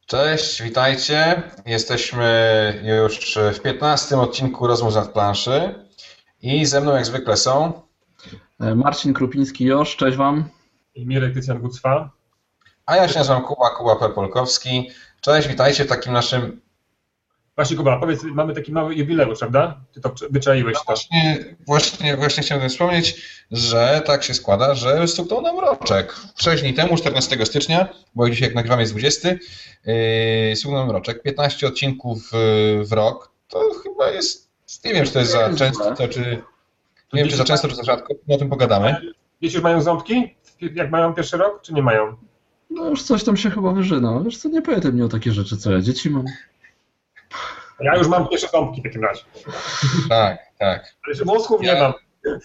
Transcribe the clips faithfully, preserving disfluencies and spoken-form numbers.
Cześć, witajcie. Jesteśmy już w piętnastym odcinku Rozmów z planszy i ze mną jak zwykle są Marcin Krupiński-Josz, cześć Wam. I Mirek Tycjan-Gucwa. A ja się nazywam Kuba, Kuba Perpolkowski. Cześć, witajcie w takim naszym... Właśnie Kuba, powiedz, mamy taki mały jubileusz, prawda? Ty to wyczaiłeś no to. Właśnie, właśnie, właśnie chciałem wspomnieć, że tak się składa, że stuknął nam roczek. Sześć dni temu, czternastego stycznia, bo dzisiaj jak nagrywamy jest dwudziesty, yy, stuknął nam roczek. piętnaście odcinków w rok. To chyba jest... Nie wiem, czy to jest za często, czy... Nie wiem, czy za często, czy za rzadko. No o tym pogadamy. Dzieci już mają ząbki? Jak mają pierwszy rok, czy nie mają? No już coś tam się chyba wyżyna. Wiesz co, nie pamiętam mnie o takie rzeczy, co ja dzieci mam. Ja już mam pierwsze ząbki w takim razie. Tak, tak. Ale włosków Ja- nie mam.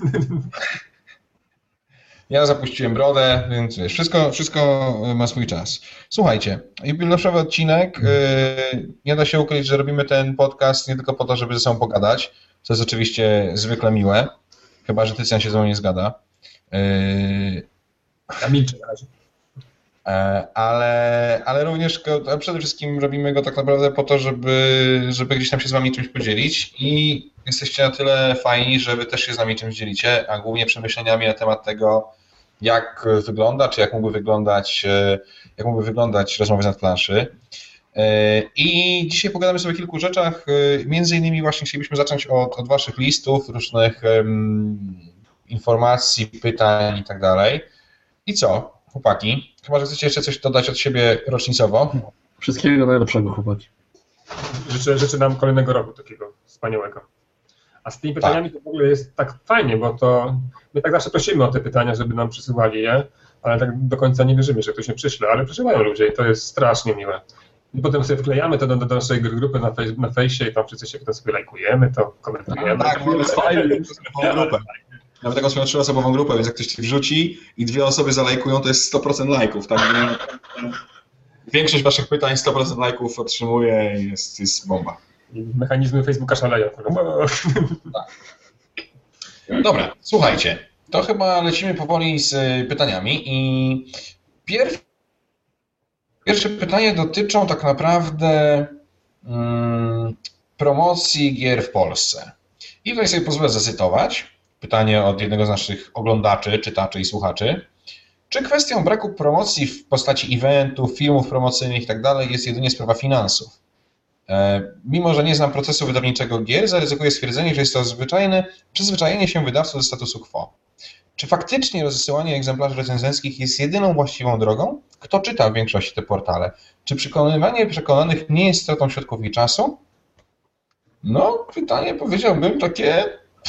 Ja zapuściłem brodę, więc wiesz, wszystko, wszystko ma swój czas. Słuchajcie, jubileuszowy odcinek. Yy, nie da się ukryć, że robimy ten podcast nie tylko po to, żeby ze sobą pogadać, co jest oczywiście zwykle miłe, chyba że Tycjan się ze mną nie zgada. Yy, Ja milczę na razie. E, Ale, ale również go, a przede wszystkim robimy go tak naprawdę po to, żeby, żeby gdzieś tam się z wami czymś podzielić i jesteście na tyle fajni, że wy też się z nami czymś dzielicie, a głównie przemyśleniami na temat tego, jak wygląda, czy jak mógłby wyglądać, e, jak mógłby wyglądać rozmowy z nadplanszy. E, I dzisiaj pogadamy sobie o kilku rzeczach, e, między innymi właśnie chcielibyśmy zacząć od, od waszych listów, różnych em, informacji, pytań i tak dalej. I co? Chłopaki, chyba, że chcecie jeszcze coś dodać od siebie rocznicowo. Wszystkiego najlepszego, chłopaki. Życzę, życzę nam kolejnego roku takiego wspaniałego. A z tymi pytaniami to w ogóle jest tak fajnie, bo to my tak zawsze prosimy o te pytania, żeby nam przysyłali je, ale tak do końca nie wierzymy, że ktoś nie przyśle, ale przysyłają ludzie i to jest strasznie miłe. I potem sobie wklejamy to do, do naszej grupy na, fej, na fejsie i tam wszyscy się potem sobie lajkujemy, to komentujemy. Tak, mamy fajną grupę. Mamy taką swoją trzyosobową grupę, więc jak ktoś ci wrzuci i dwie osoby zalajkują, to jest sto procent lajków. Tak? Większość waszych pytań sto procent lajków otrzymuje i jest, jest bomba. I mechanizmy Facebooka szaleją. Dobra, słuchajcie, to chyba lecimy powoli z pytaniami i pierw... pierwsze pytanie dotyczą tak naprawdę mm, promocji gier w Polsce. I tutaj sobie pozwolę zacytować pytanie od jednego z naszych oglądaczy, czytaczy i słuchaczy. Czy kwestią braku promocji w postaci eventów, filmów promocyjnych i tak dalej jest jedynie sprawa finansów? E, mimo, że nie znam procesu wydawniczego gier, zaryzykuję stwierdzenie, że jest to zwyczajne przyzwyczajenie się wydawców do statusu quo. Czy faktycznie rozsyłanie egzemplarzy recenzenckich jest jedyną właściwą drogą? Kto czyta w większości te portale? Czy przekonywanie przekonanych nie jest stratą środków i czasu? No, pytanie powiedziałbym takie...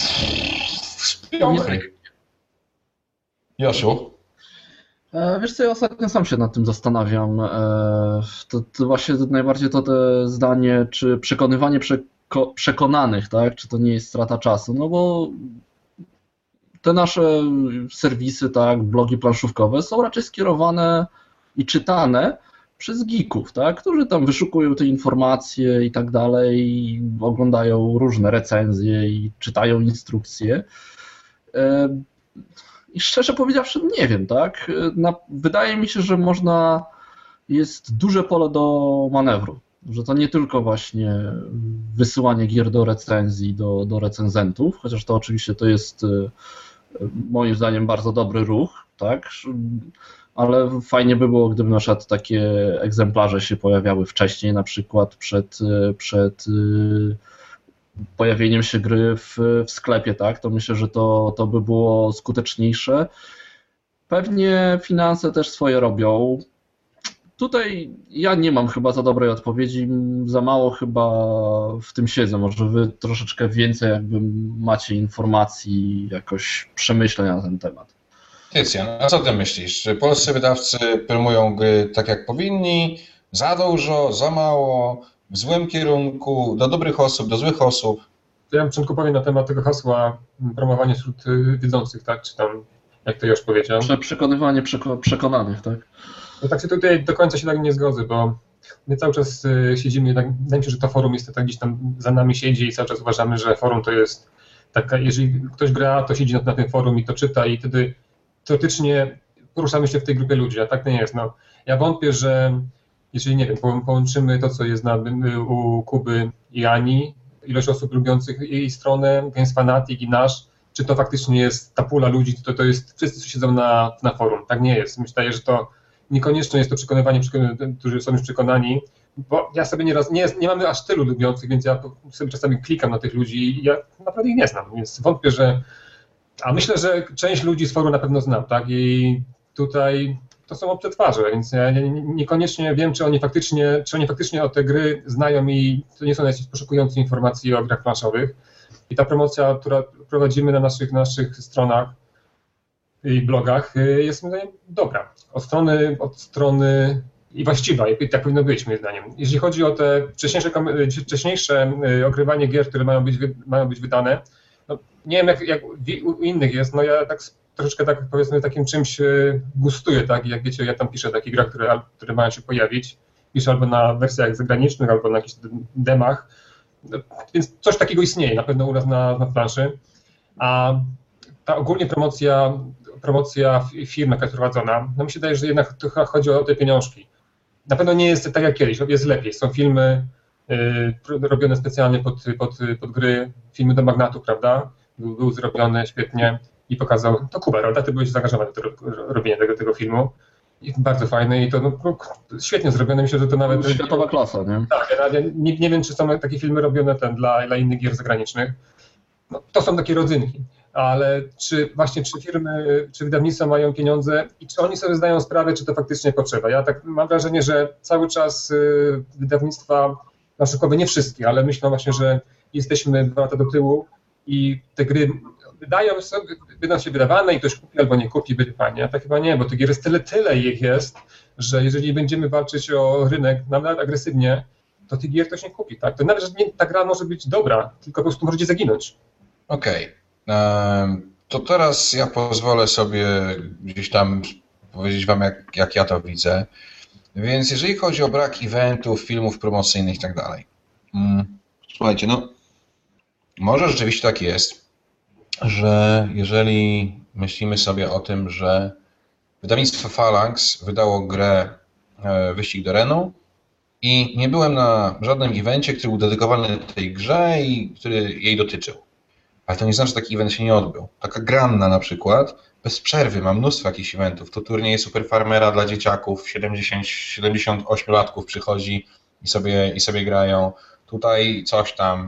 Josiu? E, wiesz co, ja ostatnio sam się nad tym zastanawiam. E, to, to właśnie najbardziej to te zdanie, czy przekonywanie przeko przekonanych, tak? Czy to nie jest strata czasu? No bo te nasze serwisy, tak, blogi planszówkowe są raczej skierowane i czytane przez geeków, tak, którzy tam wyszukują te informacje i tak dalej, i oglądają różne recenzje i czytają instrukcje. I szczerze powiedziawszy, nie wiem, tak. Na, wydaje mi się, że można, jest duże pole do manewru, że to nie tylko właśnie wysyłanie gier do recenzji, do, do recenzentów, chociaż to oczywiście to jest moim zdaniem bardzo dobry ruch, tak, ale fajnie by było, gdyby na przykład takie egzemplarze się pojawiały wcześniej, na przykład przed, przed pojawieniem się gry w, w sklepie, tak, to myślę, że to, to by było skuteczniejsze. Pewnie finanse też swoje robią. Tutaj ja nie mam chyba za dobrej odpowiedzi, za mało chyba w tym siedzę, może wy troszeczkę więcej jakby macie informacji, jakoś przemyśleń na ten temat. Tycjan, a co ty myślisz? Czy polscy wydawcy promują gry tak jak powinni, za dużo, za mało, w złym kierunku, do dobrych osób, do złych osób? To ja na początku powiem na temat tego hasła promowanie wśród wiedzących, tak, czy tam, jak to już powiedział. Prze przekonywanie przeko przekonanych, tak? No tak się tutaj do końca się tak nie zgodzę, bo my cały czas siedzimy, tak, wydaje mi się, że to forum jest tak gdzieś tam za nami siedzi i cały czas uważamy, że forum to jest taka, jeżeli ktoś gra, to siedzi na, na tym forum i to czyta i wtedy teoretycznie poruszamy się w tej grupie ludzi, a tak nie jest. No, ja wątpię, że jeżeli, nie wiem, połączymy to, co jest na, u Kuby i Ani, ilość osób lubiących jej stronę, Games Fanatic i nasz, czy to faktycznie jest ta pula ludzi, to, to jest wszyscy, co siedzą na, na forum. Tak nie jest. Myślę, że to niekoniecznie jest to przekonywanie, którzy są już przekonani, bo ja sobie nieraz, nie, nie mamy aż tylu lubiących, więc ja sobie czasami klikam na tych ludzi i ja naprawdę ich nie znam, więc wątpię, że... A myślę, że część ludzi z forum na pewno znam, tak? I tutaj to są obce twarze, więc ja niekoniecznie wiem, czy oni faktycznie, czy oni faktycznie o te gry znają i to nie są jakieś poszukujące informacji o grach planszowych. I ta promocja, którą prowadzimy na naszych, naszych stronach i blogach, jest moim zdaniem dobra. Od strony, od strony i właściwa, i tak powinno być moim zdaniem. Jeśli chodzi o te wcześniejsze, wcześniejsze ogrywanie gier, które mają być, mają być wydane, no nie wiem jak, jak u innych jest, no ja tak troszeczkę tak powiedzmy takim czymś gustuję, tak, jak wiecie, ja tam piszę takie gry, które, które mają się pojawić, piszę albo na wersjach zagranicznych, albo na jakichś demach, więc coś takiego istnieje na pewno u nas na, na planszy, a ta ogólnie promocja, promocja firmy, jaka jest prowadzona, no mi się wydaje, że jednak to chodzi o te pieniążki. Na pewno nie jest tak jak kiedyś, jest lepiej, są filmy y, robione specjalnie pod, pod, pod gry, filmy do magnatów, prawda, był, był zrobiony świetnie i pokazał, to Kuba, prawda, ty byłeś zaangażowany w to robienie tego, tego filmu. I bardzo fajne i to no, świetnie zrobione. Myślę, że to nawet... Światowa klasa, nie? Tak, ja nie, nie wiem, czy są takie filmy robione ten, dla, dla innych gier zagranicznych. No, to są takie rodzynki, ale czy właśnie, czy firmy, czy wydawnictwa mają pieniądze i czy oni sobie zdają sprawę, czy to faktycznie potrzeba. Ja tak mam wrażenie, że cały czas wydawnictwa, na przykład nie wszystkie, ale myślę właśnie, że jesteśmy dwa lata do tyłu i te gry wydają sobie, będą się wydawane i ktoś kupi albo nie kupi, będzie fajnie. A tak chyba nie, bo tych gier jest tyle, tyle ich jest, że jeżeli będziemy walczyć o rynek nawet agresywnie, to tych gier ktoś nie kupi. Tak? To nawet, że nie, ta gra może być dobra, tylko po prostu możecie zaginąć. Okej. Okay. To teraz ja pozwolę sobie gdzieś tam powiedzieć wam, jak, jak ja to widzę. Więc jeżeli chodzi o brak eventów, filmów promocyjnych i tak dalej. Słuchajcie, no może rzeczywiście tak jest, że jeżeli myślimy sobie o tym, że wydawnictwo Phalanx wydało grę Wyścig do Renu i nie byłem na żadnym evencie, który był dedykowany tej grze i który jej dotyczył. Ale to nie znaczy, że taki event się nie odbył. Taka Granna na przykład, bez przerwy ma mnóstwo jakichś eventów. To turniej Super Farmera dla dzieciaków, siedemdziesiąt, siedemdziesiąt ośmiolatków przychodzi i sobie, i sobie grają. Tutaj coś tam.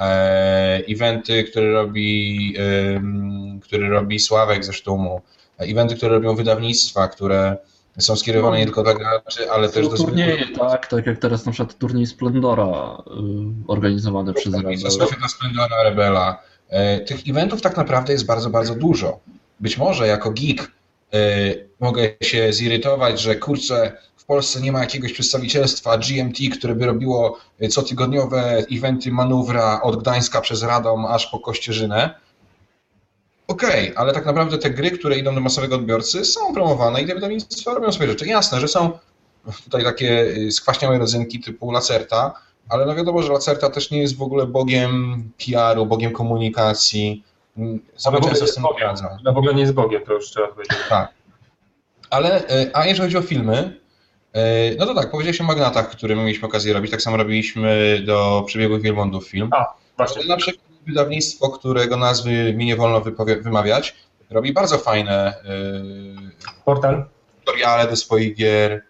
Eventy, które robi, które robi Sławek ze Sztumu, eventy, które robią wydawnictwa, które są skierowane nie tylko dla graczy, ale też do turnieje, tak, tak jak teraz na przykład turniej Splendora organizowany przez Rebel. Dla Splendora, Rebela. Tych eventów tak naprawdę jest bardzo, bardzo dużo. Być może jako geek mogę się zirytować, że kurczę, w Polsce nie ma jakiegoś przedstawicielstwa G M T, które by robiło cotygodniowe eventy manewra od Gdańska przez Radom aż po Kościerzynę. Okej, okay, ale tak naprawdę te gry, które idą do masowego odbiorcy, są promowane i te wydawnictwa robią swoje rzeczy. Jasne, że są tutaj takie skwaśniałe rodzynki typu Lacerta, ale no wiadomo, że Lacerta też nie jest w ogóle bogiem P R u, bogiem komunikacji. Sobie często z tym zgadzam. No w ogóle nie jest bogiem, to już trzeba powiedzieć. Tak. Ale, a jeżeli chodzi o filmy, no to tak, powiedziałeś o Magnatach, które mieliśmy okazję robić, tak samo robiliśmy do Przebiegłych Wielbłądów film. A, właśnie. Na przykład wydawnictwo, którego nazwy mi nie wolno wymawiać, robi bardzo fajne Portal. tutoriale do swoich gier.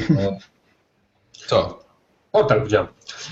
Co? Portal widziałem.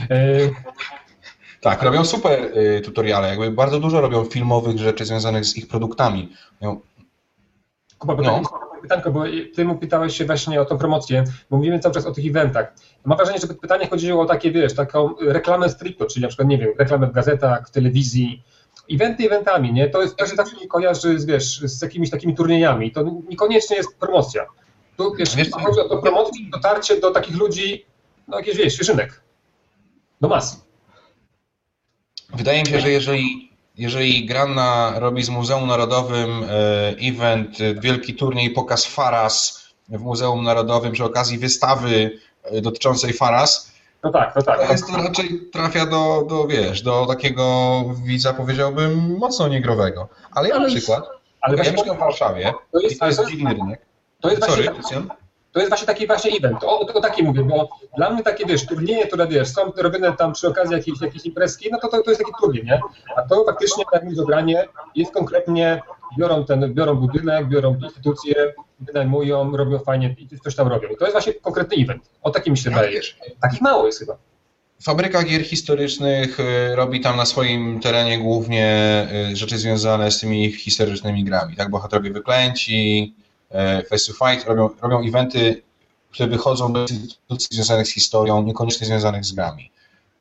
Tak, robią super tutoriale, jakby bardzo dużo robią filmowych rzeczy związanych z ich produktami. Kuba, bo no. Pytanko, bo ty mu pytałeś się właśnie o tą promocję, bo mówimy cały czas o tych eventach. Mam wrażenie, że pytanie chodziło o takie, wiesz, taką reklamę stricto, czyli na przykład, nie wiem, reklamę w gazetach, w telewizji. Eventy eventami, nie? To jest, to się zawsze nie kojarzy z, wiesz, z jakimiś takimi turniejami. To niekoniecznie jest promocja. Tu, wiesz, wiesz chodzi o to promocję, dotarcie do takich ludzi, no jakieś, wiesz, świeżynek. Do masy. Wydaje mi się, że jeżeli... Jeżeli Granna robi z Muzeum Narodowym event, wielki turniej, pokaz Faras w Muzeum Narodowym przy okazji wystawy dotyczącej Faras, no tak, no tak. To, jest, to raczej trafia do, do, wiesz, do takiego widza, powiedziałbym, mocno niegrowego. Ale ja na przykład, ale ja mieszkam w Warszawie, to jest, i to jest dziwny rynek. To jest Sorry, właśnie, Krystian? To jest właśnie taki właśnie event, o, o takim mówię, bo dla mnie takie, wiesz, turnieje, które, wiesz, są robione tam przy okazji jakiejś, jakiejś imprezki, no to, to to jest taki turniej, nie? A to faktycznie, tak jak mówię, granie jest konkretnie, biorą ten, biorą budynek, biorą instytucje, wynajmują, robią fajnie i coś tam robią. I to jest właśnie konkretny event, o takim mi się wydaje. Takich mało jest chyba. Fabryka gier historycznych robi tam na swoim terenie głównie rzeczy związane z tymi historycznymi grami, tak? Bohaterowie Wyklęci, Face to Fight robią, robią eventy, które wychodzą do instytucji związanych z historią, niekoniecznie związanych z grami.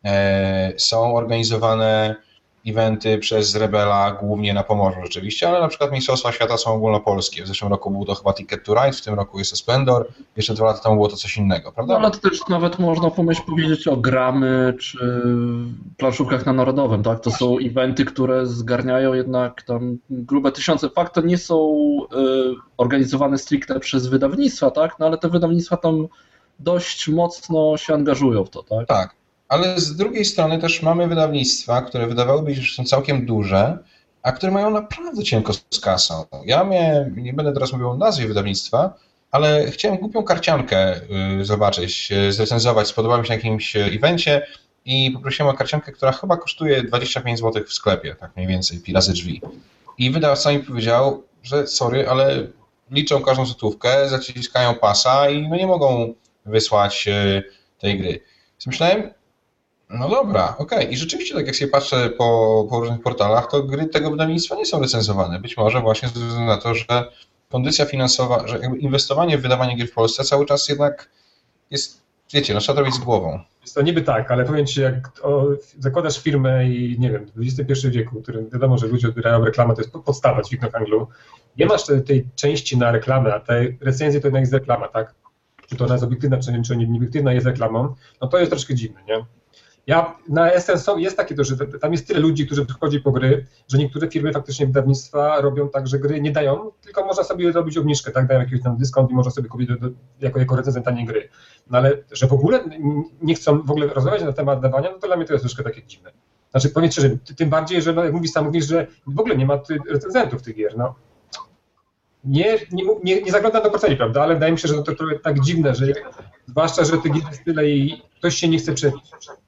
Są organizowane eventy przez Rebela, głównie na Pomorzu rzeczywiście, ale na przykład Mistrzostwa Świata są ogólnopolskie. W zeszłym roku był to chyba Ticket to Ride, w tym roku jest to Splendor, jeszcze dwa lata temu było to coś innego, prawda? No ale to też nawet można pomyśleć, powiedzieć o gramy czy planszówkach na Narodowym, tak? To są eventy, które zgarniają jednak tam grube tysiące. Fakt, to nie są y, organizowane stricte przez wydawnictwa, tak? No ale te wydawnictwa tam dość mocno się angażują w to, tak? Tak. Ale z drugiej strony też mamy wydawnictwa, które wydawałyby się, że są całkiem duże, a które mają naprawdę cienko z kasą. Ja miałem, nie będę teraz mówił o nazwie wydawnictwa, ale chciałem głupią karciankę zobaczyć, zrecenzować, spodobała mi się na jakimś evencie i poprosiłem o karciankę, która chyba kosztuje dwadzieścia pięć złotych w sklepie, tak mniej więcej, pi razy drzwi. I wydawca mi powiedział, że sorry, ale liczą każdą złotówkę, zaciskają pasa i no nie mogą wysłać tej gry. Więc myślałem, no dobra, okej. Okay. I rzeczywiście, tak jak się patrzę po, po różnych portalach, to gry tego wydawnictwa nie są recenzowane. Być może właśnie ze względu na to, że kondycja finansowa, że jakby inwestowanie w wydawanie gier w Polsce cały czas jednak jest, wiecie, no trzeba robić z głową. Jest to niby tak, ale powiem Ci, jak o, zakładasz firmę i nie wiem, w dwudziestym pierwszym wieku, w którym wiadomo, że ludzie odbierają reklamę, to jest podstawa dźwignia handlu, nie masz tej, tej części na reklamę, a te recenzje to jednak jest reklama, tak? Czy to ona jest obiektywna, czy, czy nieobiektywna jest reklamą, no to jest troszkę dziwne, nie? Ja na S N są, jest takie to, że tam jest tyle ludzi, którzy przychodzi po gry, że niektóre firmy faktycznie wydawnictwa robią tak, że gry nie dają, tylko można sobie robić obniżkę, tak, dają jakiś tam dyskont i można sobie kupić do, do, jako, jako recenzent taniej gry. No ale że w ogóle nie chcą w ogóle rozmawiać na temat dawania, no to dla mnie to jest troszkę takie dziwne. Znaczy powiem szczerze, tym bardziej, że no, jak mówisz sam, mówisz, że w ogóle nie ma recenzentów tych gier, no. Nie, nie, nie, nie zaglądam do portfeli, prawda, ale wydaje mi się, że to trochę tak dziwne, że zwłaszcza, że tych gier jest tyle i ktoś się nie chce przebić.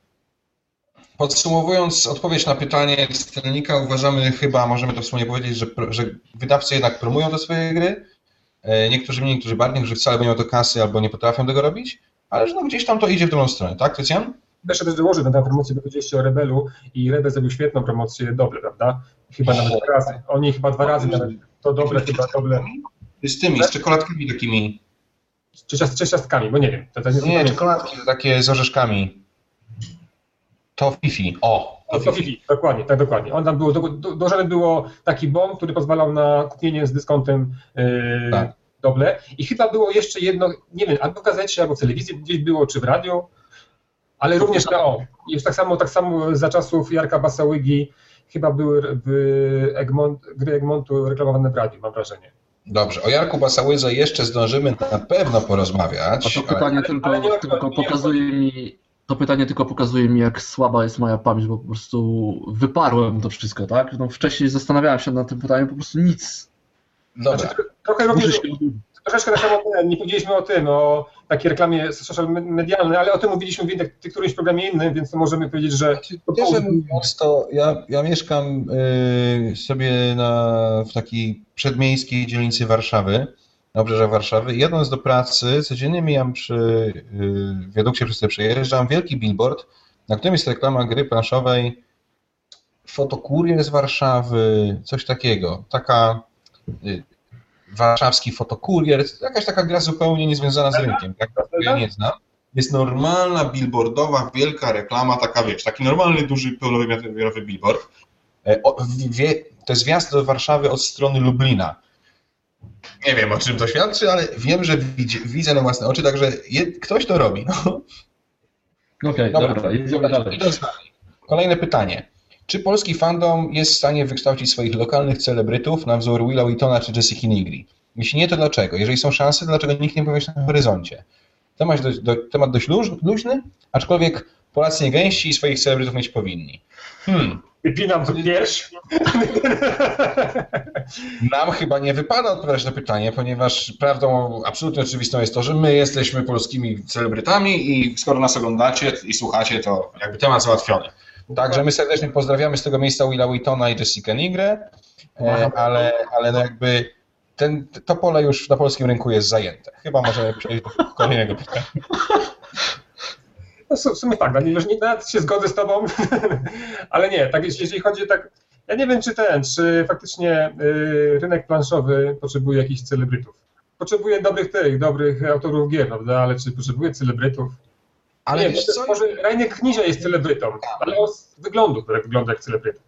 Podsumowując odpowiedź na pytanie czytelnika, uważamy chyba, możemy to wspólnie powiedzieć, że, że wydawcy jednak promują te swoje gry, niektórzy mniej, niektórzy bardziej, niektórzy wcale nie mają to kasy albo nie potrafią tego robić, ale że no gdzieś tam to idzie w drugą stronę, tak, Krystian? Jeszcze też dołożę na tę promocję, bo powiedzieliście o Rebelu i Rebel zrobił świetną promocję Doble, prawda? Chyba nawet dwa razy. Oni chyba dwa razy nawet to Doble, chyba Doble. Z tymi, z czekoladkami takimi. Czy z ciastkami, bo nie wiem. To, to nie, nie czekoladki takie z orzeszkami. To Fifi, o. To, to Fifi, dokładnie, tak dokładnie. On tam było, do, do, do było taki bon, który pozwalał na kupienie z dyskontem yy, tak. Doble. I chyba było jeszcze jedno, nie wiem, albo w gazecie, albo w telewizji gdzieś było, czy w radiu, ale również na o. Jest tak samo, tak samo za czasów Jarka Basałygi chyba były w Egmont, gry Egmontu reklamowane w radiu, mam wrażenie. Dobrze, o Jarku Basałydze jeszcze zdążymy na pewno porozmawiać. A to pytanie ale... tylko, ale nie, tylko pokazuje mi, to pytanie tylko pokazuje mi, jak słaba jest moja pamięć, bo po prostu wyparłem to wszystko, tak? No wcześniej zastanawiałem się nad tym pytaniem, po prostu nic. Dobra. Znaczy, trochę również, troszeczkę tak samo nie powiedzieliśmy o tym, o takiej reklamie social medialnej, ale o tym mówiliśmy w innym, w którymś programie innym, więc to możemy powiedzieć, że... Szczerze mówiąc, to ja, ja mieszkam y, sobie na, w takiej przedmiejskiej dzielnicy Warszawy, na obrzeżach Warszawy. Jadąc do pracy, codziennie mijam przy y, wiadukcie, przez który przejeżdżam, wielki billboard, na którym jest reklama gry planszowej Fotokurier z Warszawy, coś takiego. Taka... Y, warszawski fotokurier, jakaś taka gra zupełnie niezwiązana z rynkiem, tak? Ja nie znam. Jest normalna billboardowa, wielka reklama, taka wiesz, taki normalny, duży, pełnowymiarowy billboard. To jest wjazd do Warszawy od strony Lublina. Nie wiem, o czym to świadczy, ale wiem, że widzi, widzę na własne oczy, także je, ktoś to robi. No. Okej, okay, dobra, jedziemy dalej. Kolejne pytanie. Czy polski fandom jest w stanie wykształcić swoich lokalnych celebrytów na wzór Willa Wheatona czy Jessica Nigri? Jeśli nie, to dlaczego? Jeżeli są szanse, to dlaczego nikt nie pojawia się na horyzoncie? Temat dość, do, temat dość luźny, aczkolwiek Polacy nie gęści i swoich celebrytów mieć powinni. Hmm. Wypinam tu pierś. Nam chyba nie wypada odpowiadać na pytanie, ponieważ prawdą absolutnie oczywistą jest to, że my jesteśmy polskimi celebrytami i skoro nas oglądacie i słuchacie, to jakby temat załatwiony. Także my serdecznie pozdrawiamy z tego miejsca Willa Wheatona i Jessica Nigrę, ale, ale no jakby ten, to pole już na polskim rynku jest zajęte. Chyba możemy przejść do kolejnego pytania. No, w sumie tak, nie, nie nawet się zgodzę z tobą, ale nie, tak jeżeli chodzi tak, ja nie wiem czy ten, czy faktycznie y, rynek planszowy potrzebuje jakichś celebrytów. Potrzebuje dobrych tych, dobrych autorów gier, prawda, ale czy potrzebuje celebrytów? Ale nie, wiesz co? może Reiner Knizia jest celebrytą, ale z wyglądu, który wygląda jak celebryta.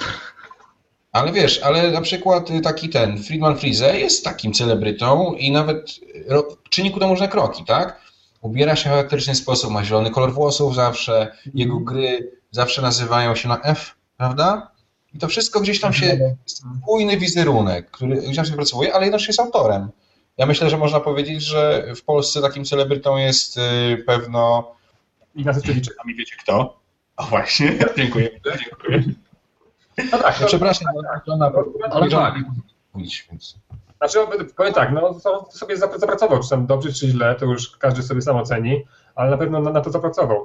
Ale wiesz, ale na przykład taki ten, Friedman Freeze jest takim celebrytą i nawet czyni ku temu różne kroki, tak? Ubiera się w charakterystyczny sposób, ma zielony kolor włosów zawsze, jego gry zawsze nazywają się na F, prawda? I to wszystko gdzieś tam się, spójny wizerunek, który gdzieś tam się wypracowuje, ale jednocześnie jest autorem. Ja myślę, że można powiedzieć, że w Polsce takim celebrytą jest pewno... Ignacy Trzewiczek. A mi wiecie kto? O właśnie, dziękuję. dziękuję. No tak, no, przepraszam, no, no, no, ale tak. Mówić, więc... Znaczy, powiem tak, no sobie zapracował, czy tam dobrze, czy źle, to już każdy sobie sam oceni, ale na pewno na, na to zapracował.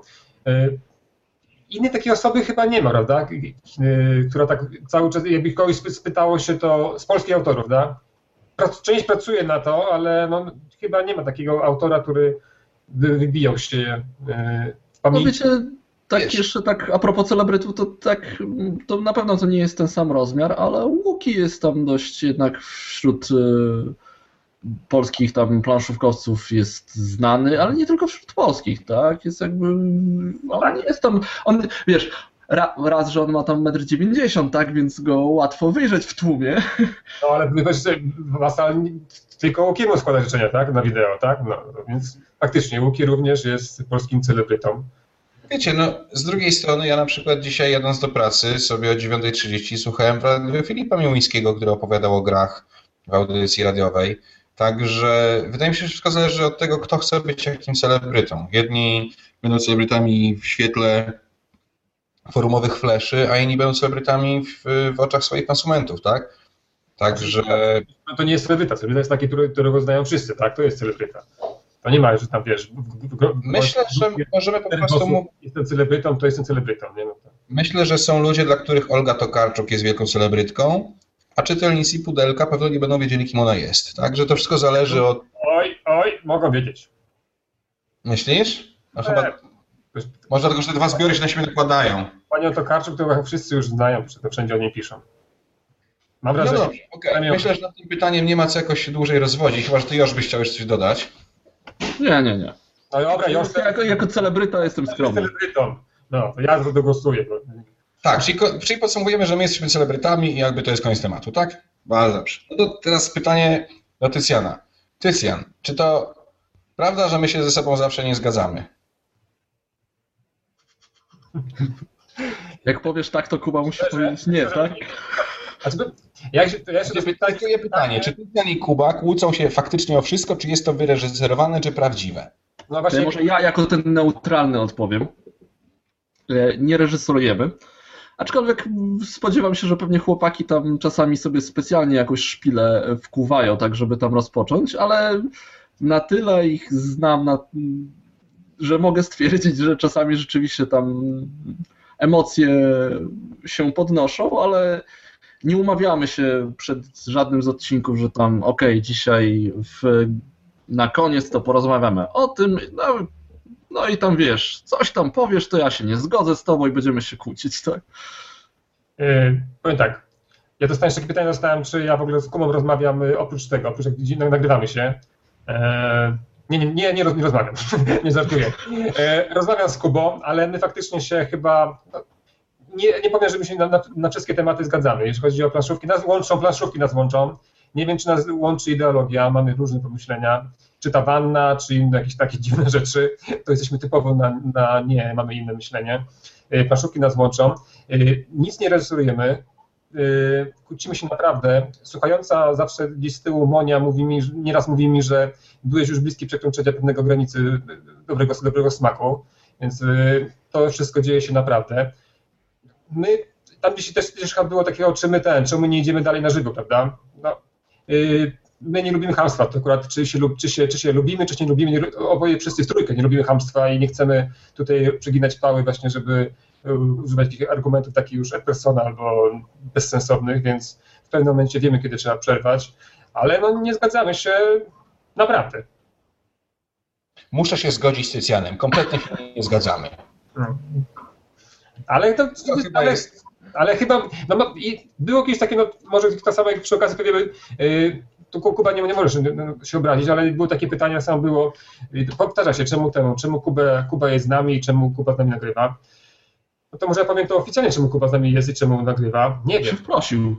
Innej takiej osoby chyba nie ma, prawda, która tak cały czas, jakby kogoś spytało się to z polskich autorów, prawda? Część pracuje na to, ale no, chyba nie ma takiego autora, który by wybijał się w pamięci. No wiecie, tak jeszcze tak a propos celebrytów, to tak, to na pewno to nie jest ten sam rozmiar, ale Łuki jest tam dość jednak wśród y, polskich tam planszówkowców jest znany, ale nie tylko wśród polskich, tak? Jest jakby, on tak. jest tam, on, wiesz, ra, raz, że on ma tam metr dziewięćdziesiąt, tak, więc go łatwo wyjrzeć w tłumie. No ale Wasal tylko Łukiemu składa życzenia, tak, na wideo, tak? No, więc faktycznie Łuki również jest polskim celebrytą. Wiecie, no z drugiej strony ja na przykład dzisiaj jadąc do pracy sobie o dziewiąta trzydzieści słuchałem Filipa Miłuńskiego, który opowiadał o grach w audycji radiowej. Także wydaje mi się, że wszystko zależy od tego, kto chce być jakim celebrytą. Jedni będą celebrytami w świetle forumowych fleszy, a inni będą celebrytami w, w oczach swoich konsumentów, tak? Także... No to nie jest celebryta, celebryta jest taki, który, którego znają wszyscy, tak? To jest celebryta. To nie ma, że tam wiesz... W, w, w, Myślę, że możemy po prostu... Mu... Jestem celebrytą, to jestem celebrytą, nie? No to... Myślę, że są ludzie, dla których Olga Tokarczuk jest wielką celebrytką, a czytelnicy Pudelka pewno nie będą wiedzieli, kim ona jest. Także to wszystko zależy od... Oj, oj, mogą wiedzieć. Myślisz? No chyba... Może dlatego, że te dwa zbiory się na siebie nakładają. Panią Tokarczuk to wszyscy już znają, to wszędzie o niej piszą. Mam wrażenie. No dobrze, okay. Myślę, że nad tym pytaniem nie ma co jakoś się dłużej rozwodzić, chyba że ty Josz byś chciał jeszcze coś dodać. Nie, nie, nie. No dobra, Josz... Jako, jako celebryta jestem skromny. Celebrytą. No, to ja dogłosuję. Bo... Tak, czyli, czyli podsumowujemy, że my jesteśmy celebrytami i jakby to jest koniec tematu, tak? Bardzo dobrze. No to teraz pytanie do Tycjana. Tycjan, czy to prawda, że my się ze sobą zawsze nie zgadzamy? Jak powiesz tak, to Kuba musi powiedzieć nie, tak? Ja się, ja się Takie pytanie, czy Tycjan i Kuba kłócą się faktycznie o wszystko, czy jest to wyreżyserowane, czy prawdziwe? No właśnie... To może ja jako ten neutralny odpowiem. Nie reżyserujemy. Aczkolwiek spodziewam się, że pewnie chłopaki tam czasami sobie specjalnie jakąś szpilę wkuwają, tak żeby tam rozpocząć, ale na tyle ich znam, na, że mogę stwierdzić, że czasami rzeczywiście tam emocje się podnoszą, ale nie umawiamy się przed żadnym z odcinków, że tam okej, okay, dzisiaj w, na koniec to porozmawiamy o tym, no, no i tam wiesz, coś tam powiesz, to ja się nie zgodzę z tobą i będziemy się kłócić, tak? Yy, powiem tak, ja dostałem takie pytanie, dostałem, czy ja w ogóle z Kubą rozmawiam oprócz tego, oprócz jak nagrywamy się. Yy, nie, nie, nie, nie, roz, nie rozmawiam, nie żartuję. Yy, rozmawiam z Kubą, ale my faktycznie się chyba, no, nie, nie powiem, że my się na, na, na wszystkie tematy zgadzamy, jeśli chodzi o planszówki. Nas łączą, planszówki nas łączą. Nie wiem, czy nas łączy ideologia, mamy różne pomyślenia, czy ta wanna, czy inne jakieś takie dziwne rzeczy, to jesteśmy typowo na, na nie, mamy inne myślenie. Planszówki nas łączą, nic nie reżyserujemy, kłócimy się naprawdę. Słuchająca zawsze gdzieś z tyłu Monia mówi mi, nieraz mówi mi, że byłeś już bliski przekroczenia pewnego granicy dobrego, dobrego smaku, więc to wszystko dzieje się naprawdę. My tam gdzieś też, też było takiego, czy my ten, czemu my nie idziemy dalej na żywo, prawda? No, yy, my nie lubimy chamstwa, to akurat czy się, czy, się, czy się lubimy, czy się nie lubimy, nie, oboje wszyscy w trójkę nie lubimy chamstwa i nie chcemy tutaj przeginać pały właśnie, żeby używać takich argumentów takich już ad persona albo bezsensownych, więc w pewnym momencie wiemy, kiedy trzeba przerwać, ale no nie zgadzamy się naprawdę. Muszę się zgodzić z Tycjanem, kompletnie się nie zgadzamy. Hmm. Ale to, to chyba ale, jest... ale chyba, no, i było jakieś takie, no może to samo jak przy okazji powiemy, yy, tu Kuba nie, nie możesz się obrazić, ale było takie pytania, samo było, yy, powtarza się, czemu temu, czemu Kuba, Kuba jest z nami i czemu Kuba z nami nagrywa. No to może ja powiem to oficjalnie, czemu Kuba z nami jest i czemu nagrywa. Nie wiem. Się prosił.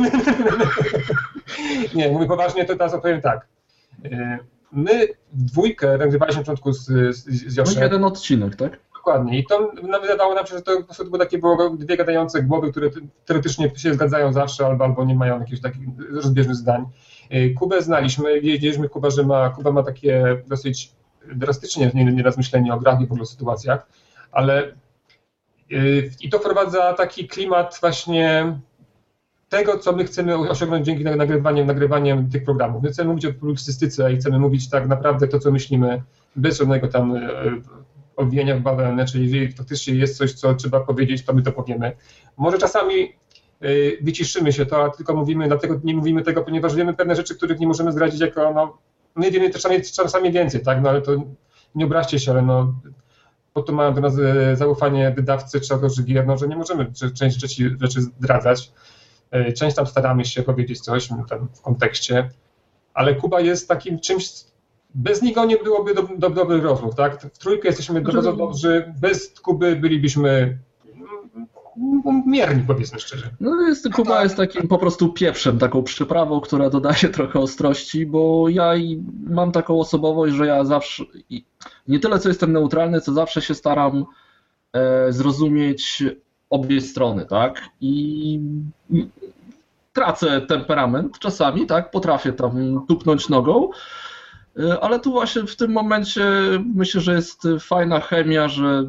Nie, mówię poważnie, to teraz opowiem tak. Yy, my w dwójkę nagrywaliśmy na początku z, z, z Joszem. No jeden odcinek, tak? Dokładnie. I to nam wydawało nam się, że to po prostu były takie było dwie gadające głowy, które teoretycznie się zgadzają zawsze albo, albo nie mają jakichś takich rozbieżnych zdań. Kubę znaliśmy, wiedzieliśmy Kuba, że ma, Kuba ma takie dosyć drastycznie nieraz myślenie o grach i w ogóle sytuacjach, ale i to wprowadza taki klimat właśnie tego, co my chcemy osiągnąć dzięki nagrywaniem, nagrywaniem tych programów. My chcemy mówić o publicystyce i chcemy mówić tak naprawdę to, co myślimy, bez żadnego tam owijania w bawełnę, czyli jeżeli faktycznie jest coś, co trzeba powiedzieć, to my to powiemy. Może czasami wyciszymy się to, a tylko mówimy, dlatego nie mówimy tego, ponieważ wiemy pewne rzeczy, których nie możemy zdradzić jako, no, my wiemy czasami, czasami więcej, tak, no ale to nie obraźcie się, ale no, po to mają do nas zaufanie wydawcy czy autorzy gier, no, że nie możemy część rzeczy, rzeczy zdradzać. Część tam staramy się powiedzieć coś tam w kontekście, ale Kuba jest takim czymś, bez niego nie byłoby do, do, dobrych rozmów, tak? W trójkę jesteśmy bardzo dobrzy, bez Kuby bylibyśmy mierni, powiedzmy szczerze. No jest, Kuba jest takim po prostu pieprzem, taką przyprawą, która dodaje trochę ostrości, bo ja i mam taką osobowość, że ja zawsze, nie tyle co jestem neutralny, co zawsze się staram e, zrozumieć obie strony, tak? I tracę temperament czasami, tak? Potrafię tam tupnąć nogą, ale tu właśnie w tym momencie myślę, że jest fajna chemia, że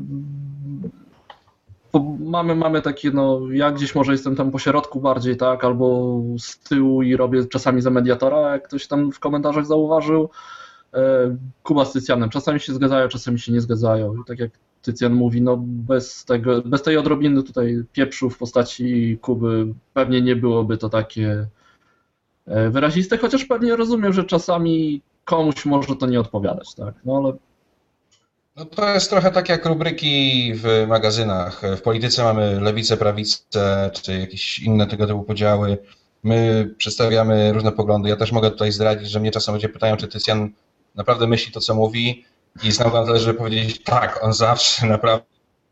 mamy, mamy takie, no ja gdzieś może jestem tam po środku bardziej, tak, albo z tyłu i robię czasami za mediatora, jak ktoś tam w komentarzach zauważył. Kuba z Tycjanem czasami się zgadzają, czasami się nie zgadzają i tak jak Tycjan mówi, no bez tego, bez tej odrobiny tutaj pieprzu w postaci Kuby pewnie nie byłoby to takie wyraziste, chociaż pewnie rozumiem, że czasami komuś może to nie odpowiadać, tak, no ale... No to jest trochę tak jak rubryki w magazynach. W polityce mamy lewicę, prawicę, czy jakieś inne tego typu podziały. My przedstawiamy różne poglądy. Ja też mogę tutaj zdradzić, że mnie czasem ludzie pytają, czy Tycjan naprawdę myśli to, co mówi i znam na tyle, żeby powiedzieć tak, on zawsze naprawdę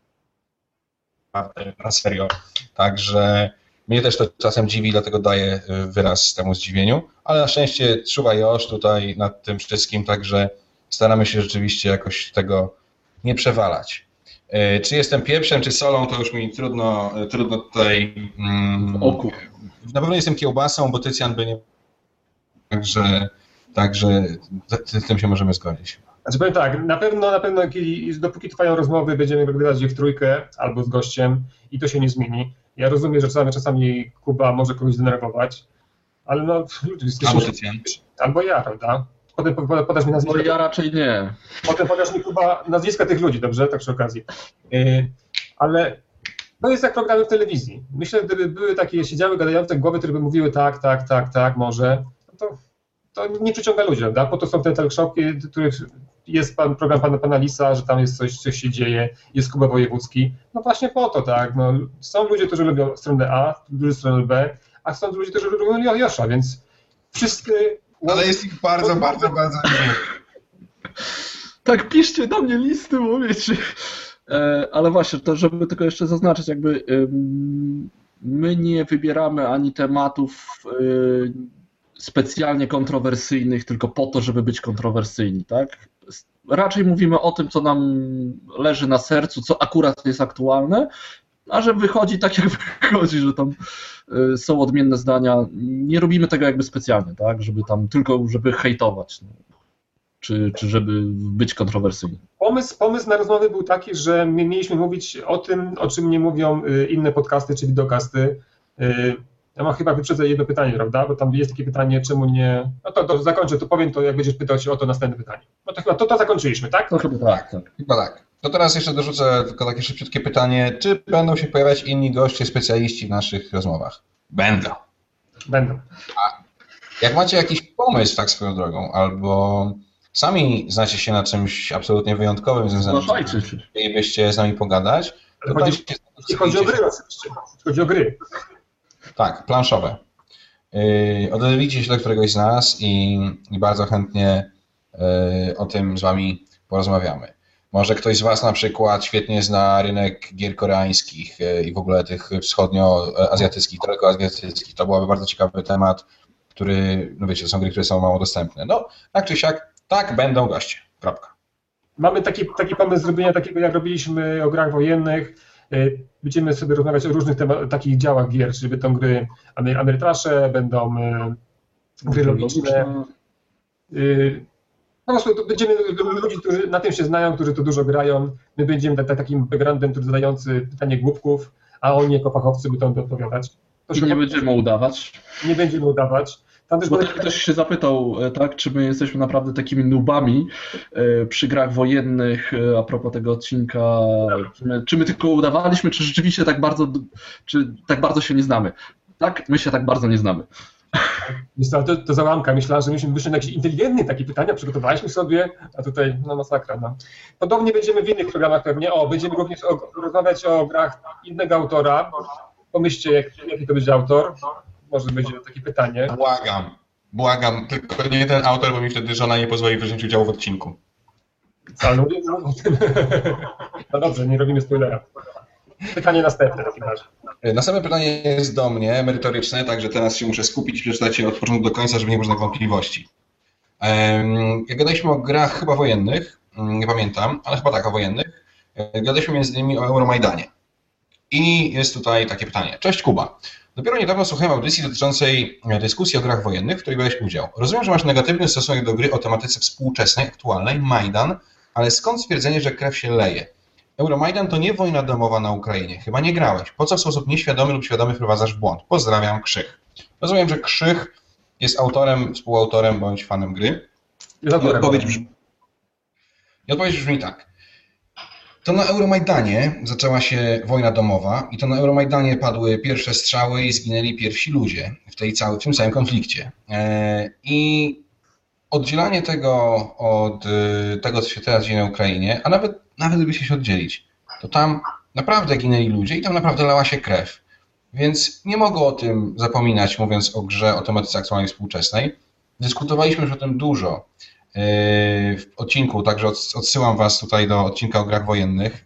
na serio. Także mnie też to czasem dziwi, dlatego daję wyraz temu zdziwieniu, ale na szczęście czuwa Josz tutaj nad tym wszystkim, także staramy się rzeczywiście jakoś tego nie przewalać. Czy jestem pieprzem, czy solą, to już mi trudno, trudno tutaj... Mm, Oku. Na pewno jestem kiełbasą, bo Tycjan by nie... Także, także z tym się możemy zgodzić. Znaczy powiem tak, na pewno, na pewno dopóki trwają rozmowy, będziemy nagrywać je w trójkę albo z gościem i to się nie zmieni. Ja rozumiem, że czasami, czasami Kuba może kogoś zdenerwować, ale no... Albo Tycjan. Albo ja, prawda? Potem podasz mi nazwisko. No ja raczej nie. Potem podasz mi Kuba nazwiska tych ludzi, dobrze? Tak przy okazji. Yy, ale to jest jak programy w telewizji. Myślę, że gdyby były takie siedziały gadające głowy, które by mówiły tak, tak, tak, tak, może, to, to nie przyciąga ludzi, prawda? Po to są te talk-showki, w których jest pan, program pana, pana Lisa, że tam jest coś, coś się dzieje, jest Kuba Wojewódzki. No właśnie po to, tak. No, są ludzie, którzy lubią stronę A, ludzie stronę B, a są ludzie, którzy lubią Josza, więc wszyscy... Ale jest ich bardzo, bardzo, bardzo dużo. Tak, piszcie do mnie listy, mówicie. Ale właśnie, to żeby tylko jeszcze zaznaczyć, jakby my nie wybieramy ani tematów specjalnie kontrowersyjnych, tylko po to, żeby być kontrowersyjni, tak? Raczej mówimy o tym, co nam leży na sercu, co akurat jest aktualne, a że wychodzi tak, jak wychodzi, że tam są odmienne zdania, nie robimy tego jakby specjalnie, tak, żeby tam tylko, żeby hejtować. czy, czy żeby być kontrowersyjnym? Pomysł, pomysł na rozmowy był taki, że my mieliśmy mówić o tym, o czym nie mówią inne podcasty czy wideokasty. Ja mam chyba wyprzedzę jedno pytanie, prawda? Bo tam jest takie pytanie, czemu nie... No to, to zakończę, to powiem, to jak będziesz pytał się o to następne pytanie. No to chyba to, to zakończyliśmy, tak? To chyba tak, tak. Chyba tak. To teraz jeszcze dorzucę tylko takie szybciutkie pytanie. Czy będą się pojawiać inni goście, specjaliści w naszych rozmowach? Będą. Będą. A jak macie jakiś pomysł tak swoją drogą, albo sami znacie się na czymś absolutnie wyjątkowym związanym z tym, chcielibyście z nami pogadać, to chodzi, jeśli chodzi o gry oczywiście. Chodzi o gry. Tak, planszowe. Yy, odezwijcie się do któregoś z nas i, i bardzo chętnie yy, o tym z wami porozmawiamy. Może ktoś z was na przykład świetnie zna rynek gier koreańskich yy, i w ogóle tych wschodnioazjatyckich, dalekoazjatyckich. To byłaby bardzo ciekawy temat, który, no wiecie, to są gry, które są mało dostępne. No, tak czy siak, tak, będą goście. Kropka. Mamy taki, taki pomysł zrobienia takiego, jak robiliśmy o grach wojennych. Będziemy sobie rozmawiać o różnych temat, takich działach gier, czyli będą gry Amerytrasze, będą gry logiczne. Po prostu będziemy ludzi, którzy na tym się znają, którzy to dużo grają. My będziemy takim backgroundem, który zadający pytanie głupków, a oni jako fachowcy będą to odpowiadać. To I nie będziemy udawać. Nie będziemy udawać. Tam też Bo tak ktoś się zapytał, tak, czy my jesteśmy naprawdę takimi nubami e, przy grach wojennych, e, a propos tego odcinka, czy my, czy my tylko udawaliśmy, czy rzeczywiście tak bardzo, czy tak bardzo się nie znamy. Tak, my się tak bardzo nie znamy. To, to załamka. Myślałem, że myśmy wyszli na jakieś inteligentne takie pytania, przygotowaliśmy sobie, a tutaj no masakra. No. Podobnie będziemy w innych programach pewnie. O, będziemy również o, rozmawiać o grach innego autora. Pomyślcie, jak, jaki to będzie autor. Może będzie takie pytanie. Błagam, błagam, tylko nie ten autor, bo mi wtedy żona nie pozwoli wziąć udziału w odcinku. Co, no, no, no dobrze, nie robimy spoilera. Pytanie następne w takim razie. Następne pytanie jest do mnie, merytoryczne, także teraz się muszę skupić i przeczytać je od początku do końca, żeby nie było żadnych wątpliwości. Jak gadaliśmy o grach chyba wojennych, nie pamiętam, ale chyba tak, o wojennych, gadaliśmy między innymi o Euromajdanie. I jest tutaj takie pytanie. Cześć Kuba. Dopiero niedawno słuchałem audycji dotyczącej dyskusji o grach wojennych, w której brałeś udział. Rozumiem, że masz negatywny stosunek do gry o tematyce współczesnej, aktualnej, Majdan, ale skąd stwierdzenie, że krew się leje? Euromajdan to nie wojna domowa na Ukrainie. Chyba nie grałeś. Po co w sposób nieświadomy lub świadomy wprowadzasz w błąd? Pozdrawiam, Krzych. Rozumiem, że Krzych jest autorem, współautorem bądź fanem gry. I odpowiedź brzmi, I odpowiedź brzmi tak. To na Euromajdanie zaczęła się wojna domowa i to na Euromajdanie padły pierwsze strzały i zginęli pierwsi ludzie w, tej cały, w tym całym konflikcie. I oddzielanie tego od tego, co się teraz dzieje na Ukrainie, a nawet, nawet gdyby się oddzielić, to tam naprawdę ginęli ludzie i tam naprawdę lała się krew. Więc nie mogę o tym zapominać, mówiąc o grze, o tematyce aktualnej współczesnej. Dyskutowaliśmy już o tym dużo w odcinku, także odsyłam was tutaj do odcinka o grach wojennych.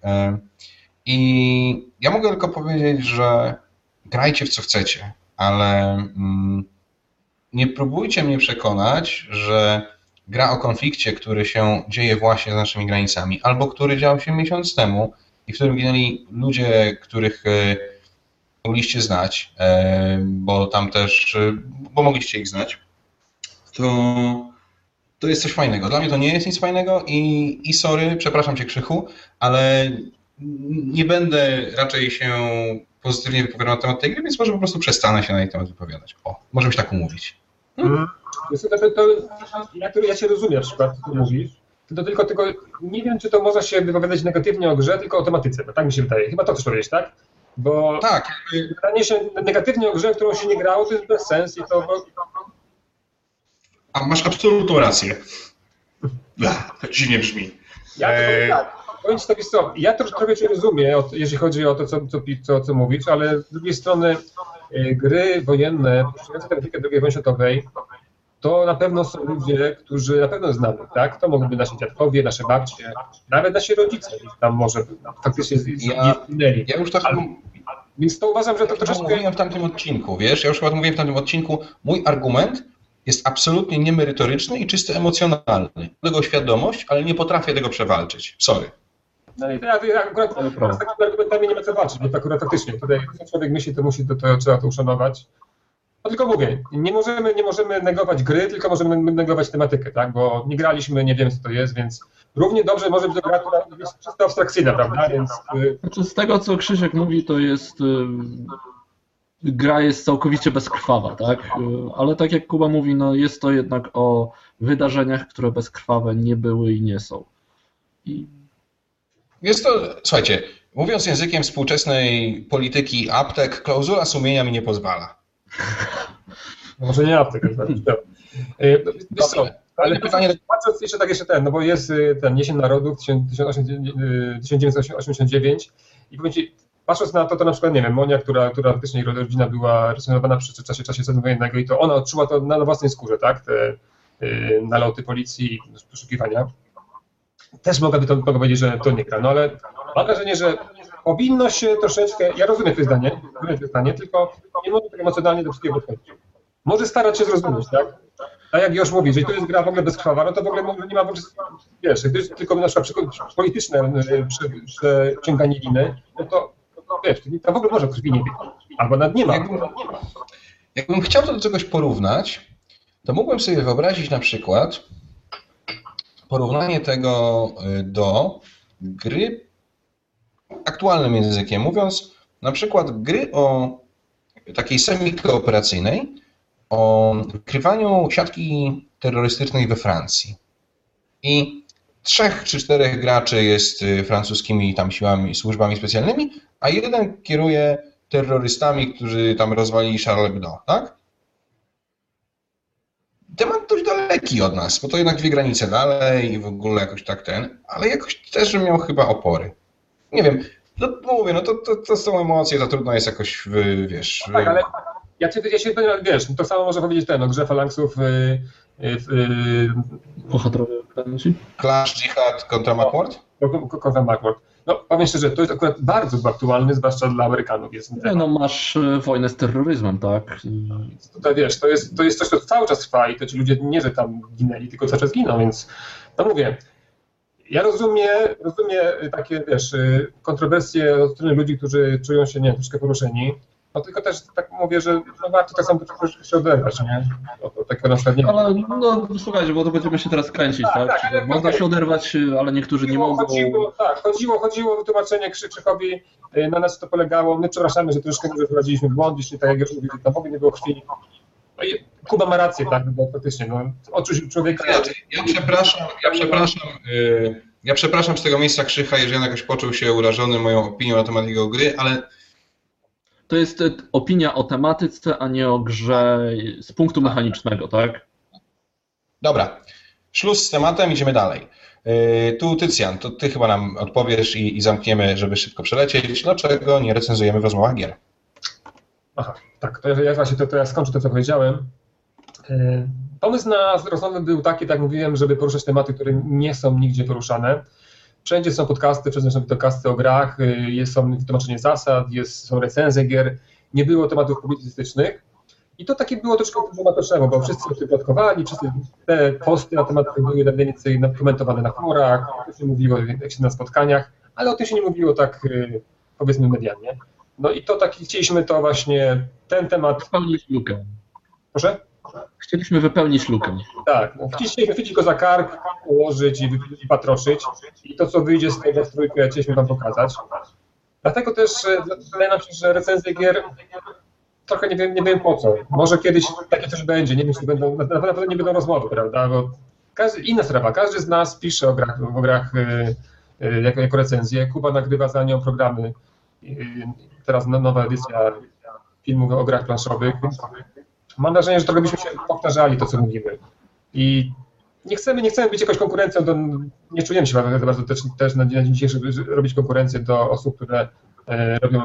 I ja mogę tylko powiedzieć, że grajcie w co chcecie, ale nie próbujcie mnie przekonać, że gra o konflikcie, który się dzieje właśnie za naszymi granicami, albo który dział się miesiąc temu i w którym ginęli ludzie, których mogliście znać, bo tam też, bo mogliście ich znać, to to jest coś fajnego. Dla mnie to nie jest nic fajnego i, i sorry, przepraszam cię Krzychu, ale nie będę raczej się pozytywnie wypowiadał na temat tej gry, więc może po prostu przestanę się na jej temat wypowiadać. O, możemy się tak umówić. Hmm? To, to, to, ja, ja cię rozumiem, na przykład, co mówisz, to tylko, tylko nie wiem, czy to można się wypowiadać negatywnie o grze, tylko o tematyce, bo tak mi się wydaje. Chyba to chcesz powiedzieć, tak? Bo tak. Wypowiadanie się negatywnie o grze, którą się nie grało, to jest bez sensu i to... Bo... A masz absolutną rację. Dziwnie brzmi. Ja eee... tak, powiem ci tak, co, ja troszkę trochę cię rozumiem, jeśli chodzi o to, co, co, co, co mówisz, ale z drugiej strony e, gry wojenne, poszczególne tematykę drugiej wojny światowej, to na pewno są ludzie, którzy na pewno znamy, tak? To mogą być nasi dziadkowie, nasze babcie, nawet nasi rodzice, tam może faktycznie zginęli. Ja, ja już tak... Ale, więc to uważam, że to ja troszeczkę... mówiłem w tamtym odcinku, wiesz, ja już chyba mówiłem w tamtym odcinku, mój argument jest absolutnie niemerytoryczny i czysto emocjonalny. Mam tego świadomość, ale nie potrafię tego przewalczyć. Sorry. No i to ja, ja akurat z takimi argumentami nie ma co walczyć, bo to akurat faktycznie, tutaj człowiek myśli, to musi, to, to trzeba to uszanować. No tylko mówię, nie możemy, nie możemy negować gry, tylko możemy negować tematykę, tak? Bo nie graliśmy, nie wiemy co to jest, więc równie dobrze może być to gra, która jest czysto abstrakcyjna, prawda? Więc... Znaczy z tego, co Krzysiek mówi, to jest... Gra jest całkowicie bezkrwawa, tak? Ale tak jak Kuba mówi, no jest to jednak o wydarzeniach, które bezkrwawe nie były i nie są. I... Jest to, słuchajcie, mówiąc językiem współczesnej polityki aptek, klauzula sumienia mi nie pozwala. Może nie aptek, wiesz co, ale pytanie, patrząc jeszcze tak jeszcze ten, no bo jest ten Jesień Narodów tysiąc dziewięćset osiemdziesiąt dziewięć i powiem ci, patrząc na to, to na przykład, nie wiem, Monia, która, która faktycznie jej rodzina była rysowana przy czasie, czasie stanu wojennego i to ona odczuła to na własnej skórze, tak, te y, naloty policji i poszukiwania. Też mogłaby to powiedzieć, że to nie gra, no ale mam wrażenie, że powinno się troszeczkę, ja rozumiem to zdanie, rozumiem to zdanie, tylko nie można tak emocjonalnie do wszystkiego podchodzić. Może starać się zrozumieć, tak? Tak jak już mówi, jeżeli to jest gra w ogóle bezkrwawa, no to w ogóle nie ma, wiesz, to jest tylko na przykład polityczne przeciąganie liny, no to wiesz, to w ogóle może krwi nie być, albo nawet nie ma. Jakbym, jakbym chciał to do czegoś porównać, to mógłbym sobie wyobrazić na przykład porównanie tego do gry aktualnym językiem, mówiąc na przykład gry o takiej semi-kooperacyjnej, o wykrywaniu siatki terrorystycznej we Francji. I trzech czy czterech graczy jest francuskimi tam siłami, służbami specjalnymi, a jeden kieruje terrorystami, którzy tam rozwalili Charlie Hebdo, tak? Temat dość daleki od nas, bo to jednak dwie granice dalej i w ogóle jakoś tak ten, ale jakoś też miał chyba opory. Nie wiem, no mówię, no to, to, to są emocje, to trudno jest jakoś, wiesz... Tak, ale ja cię, ja się, wiesz, to samo można powiedzieć ten, o grze Falanksów... Yy, yy, Bohaterowie pamięci? Clash, Jihad kontra Macworld? Kontra Macworld. No powiem szczerze, to jest akurat bardzo aktualny, zwłaszcza dla Amerykanów. Jest nie, no masz wojnę z terroryzmem, tak? Tutaj wiesz, to jest, to jest coś, co cały czas trwa i to ci ludzie nie, że tam ginęli, tylko cały czas giną, więc no mówię, ja rozumiem, rozumiem takie, wiesz, kontrowersje od strony ludzi, którzy czują się, nie wiem, troszkę poruszeni. No tylko też tak mówię, że no warto tak samo się oderwać, nie? Od takiego na przykład nie. Ale no słuchajcie, bo to będziemy się teraz kręcić, tak? tak? tak można okay. się oderwać, ale niektórzy chodziło, nie mogą. Chodziło, tak, chodziło, chodziło o wytłumaczenie Krzysztofowi, na nas to polegało. My przepraszamy, że troszkę może wprowadziliśmy w błąd, jeśli tak jak już mówili, tam w ogóle nie było krwi. No i Kuba ma rację, tak, bo faktycznie, no, odczuć człowieka... Ja, ja przepraszam, ja przepraszam, yy, ja przepraszam z tego miejsca Krzycha, jeżeli on jakoś poczuł się urażony moją opinią na temat jego gry, ale to jest opinia o tematyce, a nie o grze z punktu mechanicznego, tak? Dobra. Szluz z tematem, idziemy dalej. Yy, tu Tycjan, to ty chyba nam odpowiesz i, i zamkniemy, żeby szybko przelecieć. Dlaczego nie recenzujemy w rozmowach gier? Aha, tak, to ja właśnie to, to ja skończę to, co powiedziałem. Yy, pomysł na rozmowę był taki, tak jak mówiłem, żeby poruszać tematy, które nie są nigdzie poruszane. Wszędzie są podcasty, przeznaczone podcasty o grach, jest, są tłumaczenie zasad, jest, są recenzje gier, nie było tematów publicystycznych i to takie było troszkę problematyczne, bo wszyscy o tym plotkowali, wszyscy te posty na temat były najwięcej komentowane na forach, o tym się mówiło jak się na spotkaniach, ale o tym się nie mówiło tak, powiedzmy, medialnie. No i to tak chcieliśmy to właśnie, ten temat... Wypełnić lukę. Proszę? Chcieliśmy wypełnić lukę. Tak, no, chcieliśmy chwycić go za kark, położyć i, i patroszyć i to, co wyjdzie z tego w trójkę, chcieliśmy wam pokazać. Dlatego też wydaje nam się, że recenzje gier trochę nie wiem, nie wiem po co. Może kiedyś takie coś będzie, nie wiem, czy będą, na pewno nie będą rozmowy, prawda, bo każdy, inna sprawa, każdy z nas pisze o grach, o grach yy, yy, jako, jako recenzję, Kuba nagrywa za nią programy, yy, teraz nowa edycja filmu o grach planszowych. Mam wrażenie, że trochę byśmy się powtarzali to, co mówimy. I nie chcemy, nie chcemy być jakąś konkurencją, do, nie czujemy się bardzo też, też na dzień dzisiejszy robić konkurencję do osób, które e, robią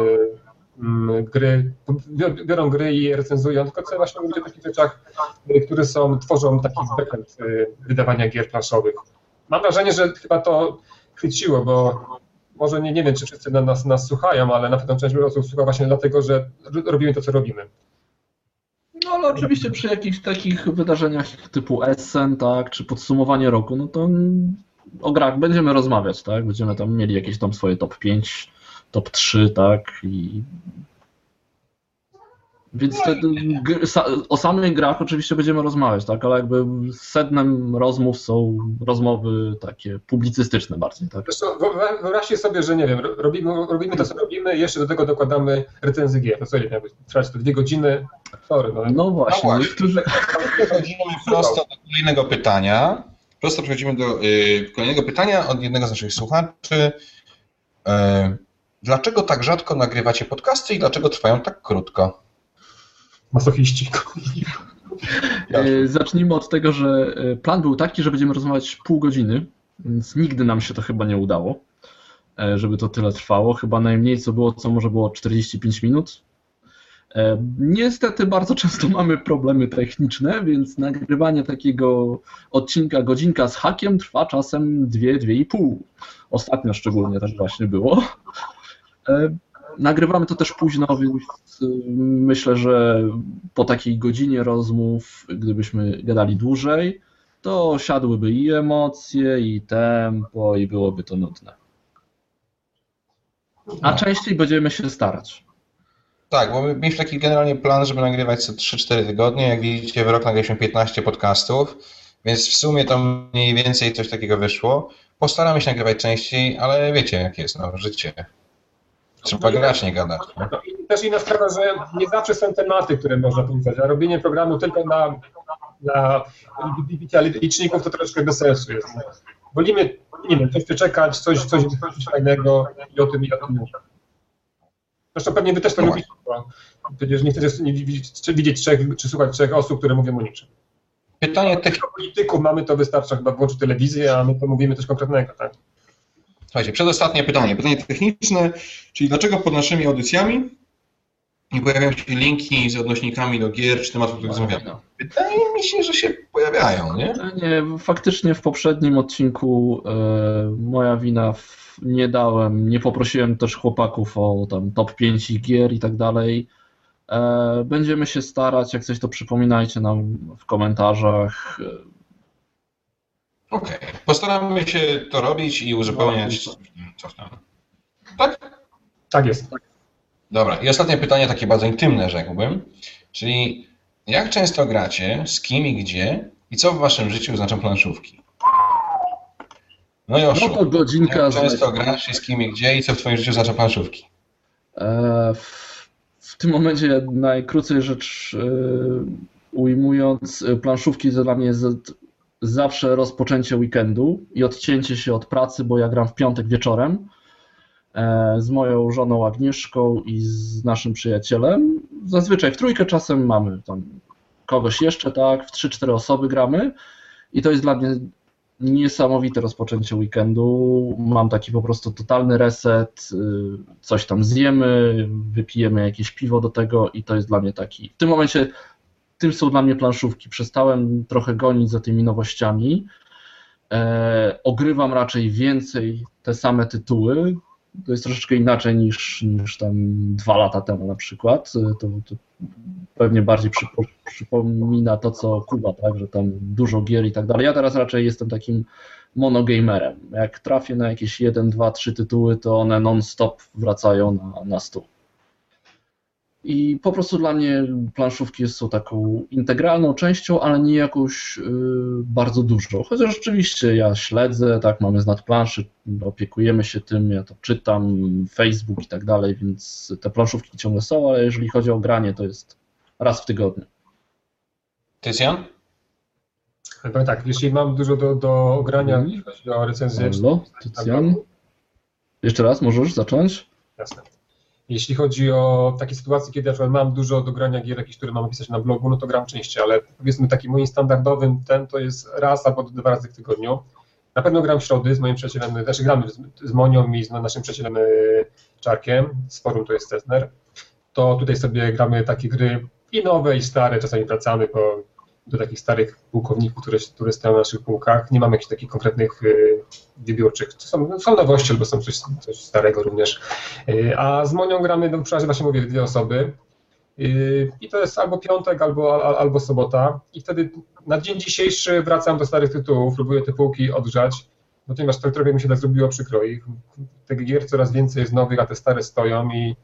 e, gry, biorą gry i je recenzują, tylko chcę właśnie mówić o takich rzeczach, e, które są, tworzą taki backend e, wydawania gier planszowych. Mam wrażenie, że chyba to chwyciło, bo może nie, nie wiem, czy wszyscy na nas, nas słuchają, ale na pewno część osób słucha właśnie dlatego, że robimy to, co robimy. No ale oczywiście przy jakichś takich wydarzeniach typu Essen, tak, czy podsumowanie roku, no to o grach będziemy rozmawiać, tak, będziemy tam mieli jakieś tam swoje top pięć, top trzy, tak, i Więc te, o samych grach oczywiście będziemy rozmawiać, tak, ale jakby sednem rozmów są rozmowy takie publicystyczne bardziej, tak. Zresztą wyobraźcie sobie, że nie wiem, robimy, robimy to, co robimy, jeszcze do tego dokładamy recenzję gier. To co, nie wiem, trwać to dwie godziny? Sorry, no. No właśnie. No właśnie. Przechodzimy prosto do kolejnego pytania. Prosto przechodzimy do y, kolejnego pytania od jednego z naszych słuchaczy. Y, dlaczego tak rzadko nagrywacie podcasty i dlaczego trwają tak krótko? Masochiści. Zacznijmy od tego, że plan był taki, że będziemy rozmawiać pół godziny, więc nigdy nam się to chyba nie udało, żeby to tyle trwało. Chyba najmniej co było, co może było czterdzieści pięć minut. Niestety bardzo często mamy problemy techniczne, więc nagrywanie takiego odcinka godzinka z hakiem trwa czasem dwie, dwie i pół. Ostatnio szczególnie tak właśnie było. Nagrywamy to też późno, więc myślę, że po takiej godzinie rozmów, gdybyśmy gadali dłużej, to siadłyby i emocje, i tempo, i byłoby to nudne. A częściej będziemy się starać. Tak, bo my mieliśmy taki generalnie plan, żeby nagrywać co trzy cztery tygodnie. Jak widzicie, w rok nagraliśmy piętnaście podcastów, więc w sumie to mniej więcej coś takiego wyszło. Postaramy się nagrywać częściej, ale wiecie jak jest, no, życie. Trzeba grać, nie gadać. No. No i też inna sprawa, że nie zawsze są tematy, które można poruszać, a robienie programu tylko na, na liczników to troszkę bez sensu jest. Wolimy, nie wiem, coś przeczekać, coś, coś fajnego i o tym i o tym mówić. Zresztą pewnie wy też to No lubicie, bo przecież nie chcecie nie widzieć, widzieć trzech, czy słuchać trzech osób, które mówią o niczym. Pytanie techniczne. Polityków mamy, to wystarcza chyba włączyć telewizję, a my to mówimy coś konkretnego, tak? Słuchajcie, przedostatnie pytanie. Pytanie techniczne, czyli dlaczego pod naszymi audycjami nie pojawiają się linki z odnośnikami do gier czy tematów, o których rozmawiamy? Wydaje mi się, że się pojawiają, nie? Nie, faktycznie w poprzednim odcinku e, moja wina, w, nie dałem, nie poprosiłem też chłopaków o tam top pięć gier i tak dalej. E, będziemy się starać, jak coś to przypominajcie nam w komentarzach. Okej, okay. Postaramy się to robić i uzupełniać coś tam. Tak? Tak jest. Dobra, i ostatnie pytanie, takie bardzo intymne, rzekłbym. Czyli jak często gracie, z kim i gdzie i co w waszym życiu znaczą planszówki? No Joszu, no to godzinka jak często grasz i z kim i gdzie i co w twoim życiu znaczą planszówki? E, w, w tym momencie najkrócej rzecz e, ujmując, planszówki to dla mnie jest zawsze rozpoczęcie weekendu i odcięcie się od pracy, bo ja gram w piątek wieczorem z moją żoną Agnieszką i z naszym przyjacielem. Zazwyczaj w trójkę, czasem mamy tam kogoś jeszcze, tak, w trzy cztery osoby gramy i to jest dla mnie niesamowite rozpoczęcie weekendu. Mam taki po prostu totalny reset, coś tam zjemy, wypijemy jakieś piwo do tego i to jest dla mnie taki, w tym momencie tym są dla mnie planszówki. Przestałem trochę gonić za tymi nowościami. E, ogrywam raczej więcej te same tytuły. To jest troszeczkę inaczej niż, niż tam dwa lata temu na przykład. To, to pewnie bardziej przypo, przypomina to, co Kuba, tak, że tam dużo gier i tak dalej. Ja teraz raczej jestem takim monogamerem. Jak trafię na jakieś jeden, dwa, trzy tytuły, to one non-stop wracają na, na stół. I po prostu dla mnie planszówki są taką integralną częścią, ale nie jakąś yy, bardzo dużą. Chociaż rzeczywiście ja śledzę, tak, mamy z nadplanszy, opiekujemy się tym, ja to czytam, Facebook i tak dalej, więc te planszówki ciągle są, ale jeżeli chodzi o granie, to jest raz w tygodniu. Tycjan? Chyba tak, jeśli mam dużo do, do grania, jeśli chodzi o recenzję. Halo, Tycjan? Jeszcze raz, możesz zacząć? Jasne. Jeśli chodzi o takie sytuacje, kiedy ja mam dużo do grania gier jakichś, które mam pisać na blogu, no to gram częściej, ale powiedzmy takim moim standardowym ten to jest raz albo dwa razy w tygodniu. Na pewno gram w środy z moim przyjacielem, znaczy gramy z, z Monią i z naszym przyjacielem Czarkiem, z forum to jest Cessner. To tutaj sobie gramy takie gry i nowe, i stare, czasami wracamy po, do takich starych pułkowników, które, które stoją na naszych półkach. Nie mamy jakichś takich konkretnych y, wybiórczych. Są, są nowości albo są coś, coś starego również. Y, a z Monią gramy, no przeważnie właśnie mówię, dwie osoby. Y, I to jest albo piątek, albo, al, albo sobota. I wtedy na dzień dzisiejszy wracam do starych tytułów, próbuję te półki odgrzać, ponieważ to trochę mi się tak zrobiło przykro. I tych gier coraz więcej jest nowych, a te stare stoją i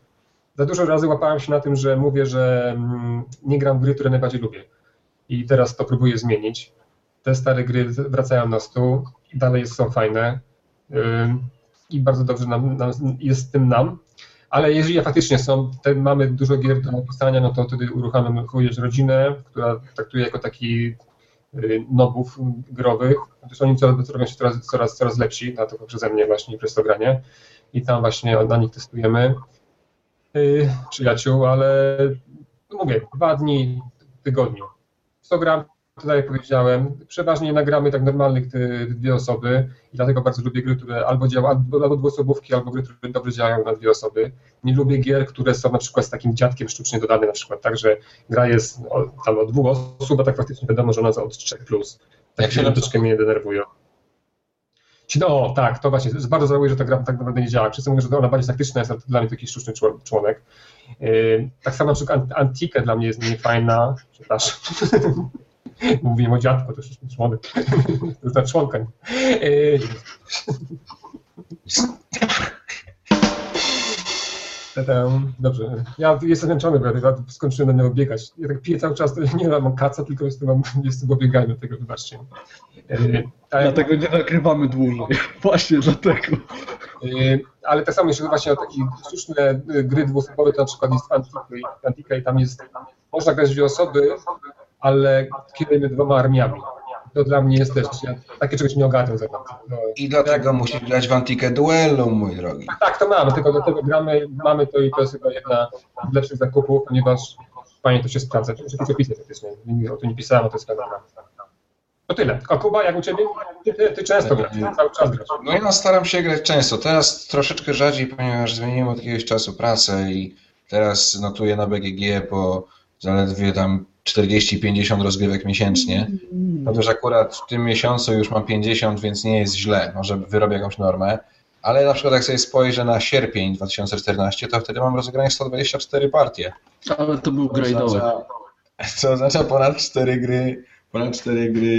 za dużo razy łapałem się na tym, że mówię, że nie gram w gry, które najbardziej lubię. I teraz to próbuję zmienić. Te stare gry wracają na stół, dalej są fajne i bardzo dobrze nam, nam, jest z tym nam. Ale jeżeli faktycznie są, te, mamy dużo gier do napisania, no to wtedy uruchamiam rodzinę, która traktuje jako taki nobów growych. Zresztą oni coraz, robią się coraz, coraz, coraz lepsi, na to przeze mnie właśnie przez to granie. I tam właśnie na nich testujemy yy, przyjaciół, ale mówię, dwa dni w tygodniu. sto gram, tak jak powiedziałem, przeważnie nagramy tak normalnych dwie osoby i dlatego bardzo lubię gry, które albo działają, albo, albo dwuosobówki, albo gry, które dobrze działają na dwie osoby. Nie lubię gier, które są na przykład z takim dziadkiem sztucznie dodane na przykład, tak, że gra jest o, tam od dwóch osób, a tak faktycznie wiadomo, że ona jest od trzech plus. Tak się troszeczkę mnie denerwują. No tak, to właśnie, bardzo żałuję, że ta gra tak naprawdę nie działa. Wszyscy mówią, że ona bardziej taktyczna, jest dla mnie taki sztuczny członek. Yy, tak samo na przykład Antikę dla mnie jest niefajna, przepraszam. Mówiłem o dziadku, to już członek. To jest ta członka. Yy. Dobrze, ja jestem zmęczony, bo ja skończyłem na niego biegać. Ja tak piję cały czas, to nie mam kaca, tylko jestem, mam, jestem w obieganiu tego, wybaczcie. Yy, tak, dlatego nie nagrywamy dłużej, właśnie dlatego. Yy, ale tak samo, jeśli właśnie o takie sztuczne gry dwuosobowe, to na przykład jest Antika i tam jest, można grać dwie osoby, ale kierujemy dwoma armiami. To dla mnie jest też, ja takie czegoś nie ogarniam za bardzo. No, I dlatego jak... musisz grać w Antikę Duellum, mój drogi. Tak, to mamy, tylko do tego gramy, mamy to i to jest chyba jedna z lepszych zakupów, ponieważ fajnie to się sprawdza. Muszę coś opisać faktycznie, o tym nie pisałem, a to jest fajna gra. To tyle. A Kuba, jak u Ciebie? Ty, ty, ty często grasz, cały czas grasz. No ja staram się grać często. Teraz troszeczkę rzadziej, ponieważ zmieniłem od jakiegoś czasu pracę i teraz notuję na B G G po zaledwie tam czterdzieści pięćdziesiąt rozgrywek miesięcznie. No też akurat w tym miesiącu już mam pięćdziesiąt, więc nie jest źle. Może wyrobię jakąś normę. Ale na przykład jak sobie spojrzę na sierpień dwa tysiące czternasty, to wtedy mam rozegrane sto dwadzieścia cztery partie. Ale to był grajdołek. Co oznacza ponad cztery gry, ponad cztery gry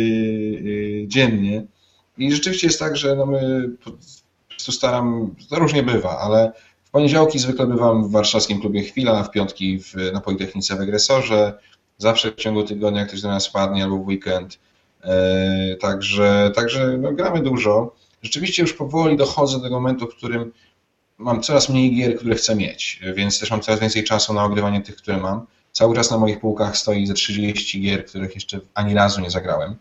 yy, dziennie. I rzeczywiście jest tak, że no my po prostu staram, to różnie bywa, ale w poniedziałki zwykle bywam w warszawskim klubie Chwila, w piątki w, na Politechnice w Egresorze, zawsze w ciągu tygodnia jak ktoś do nas wpadnie albo w weekend. Yy, także także no, gramy dużo. Rzeczywiście już powoli dochodzę do tego momentu, w którym mam coraz mniej gier, które chcę mieć, więc też mam coraz więcej czasu na ogrywanie tych, które mam. Cały czas na moich półkach stoi ze trzydzieści gier, których jeszcze ani razu nie zagrałem.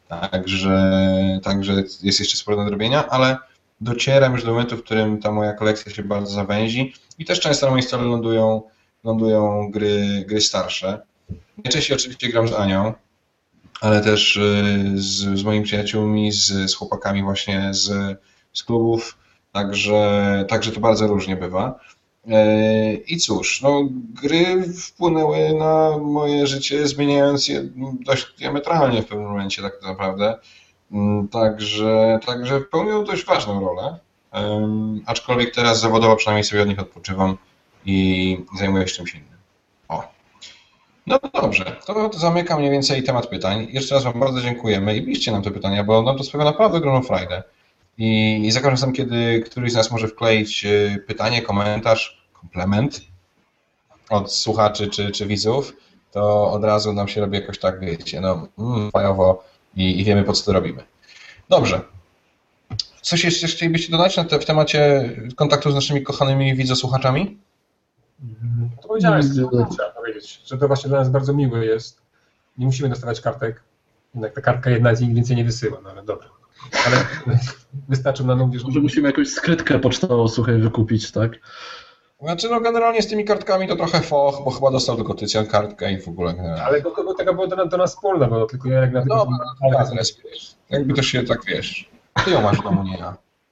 Także, także jest jeszcze sporo do nadrobienia, ale docieram już do momentu, w którym ta moja kolekcja się bardzo zawęzi i też często na mojej stole lądują, lądują gry, gry starsze. Najczęściej oczywiście gram z Anią, ale też z, z moimi przyjaciółmi, z, z chłopakami właśnie z, z klubów, także, także to bardzo różnie bywa. I cóż, no, gry wpłynęły na moje życie, zmieniając je dość diametralnie w pewnym momencie tak naprawdę, także, także pełnią dość ważną rolę, aczkolwiek teraz zawodowo przynajmniej sobie od nich odpoczywam i zajmuję się czymś innym. O. No dobrze, to zamykam mniej więcej temat pytań. Jeszcze raz Wam bardzo dziękujemy i piszcie nam te pytania, bo nam to sprawia naprawdę ogromną frajdę. I, i za każdym razem, kiedy któryś z nas może wkleić pytanie, komentarz, komplement od słuchaczy czy, czy widzów, to od razu nam się robi jakoś tak, wiecie, no mm, fajowo i, i wiemy, po co to robimy. Dobrze. Coś jeszcze chcielibyście dodać na te, w temacie kontaktu z naszymi kochanymi widzosłuchaczami? To powiedziałeś, trzeba powiedzieć, że to właśnie dla nas bardzo miłe jest. Nie musimy dostawać kartek, jednak ta kartka jedna z nich więcej nie wysyła, no ale dobra. Ale wystarczy na nową. Może musimy jakąś skrytkę pocztową, słuchaj, wykupić, tak? Znaczy, no generalnie z tymi kartkami to trochę foch, bo chyba dostał tylko Tycjan kartkę i w ogóle generalnie. Ale to, to, tego było do, do nas wspólne, bo tylko ja jak na tego... No, no adres, wiesz. Jakby to się tak, wiesz, ty ją masz w domu, nie ja.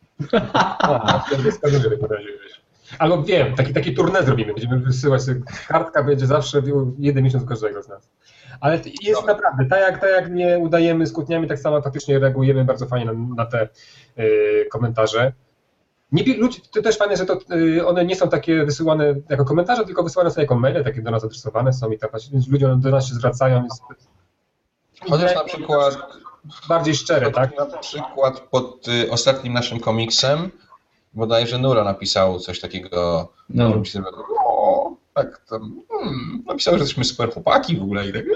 A, to jest każdy na razie, wiesz. Albo wiem, taki, taki turnę zrobimy, będziemy wysyłać, kartka będzie zawsze jeden miesiąc każdego z nas. Ale jest Dobra. naprawdę, tak jak, tak jak nie udajemy z kłótniami, tak samo faktycznie reagujemy bardzo fajnie na, na te y, komentarze. Nie, ludzie, to też fajne, że to, y, one nie są takie wysyłane jako komentarze, tylko wysyłane są jako maile, takie do nas adresowane są i tak właśnie, więc ludzie do nas się zwracają. Jest, Chociaż na przykład bardziej szczere, tak? Na przykład pod y, ostatnim naszym komiksem bodajże Nura napisał coś takiego, no. O, tak tam hmm, napisał, że jesteśmy super chłopaki w ogóle i tak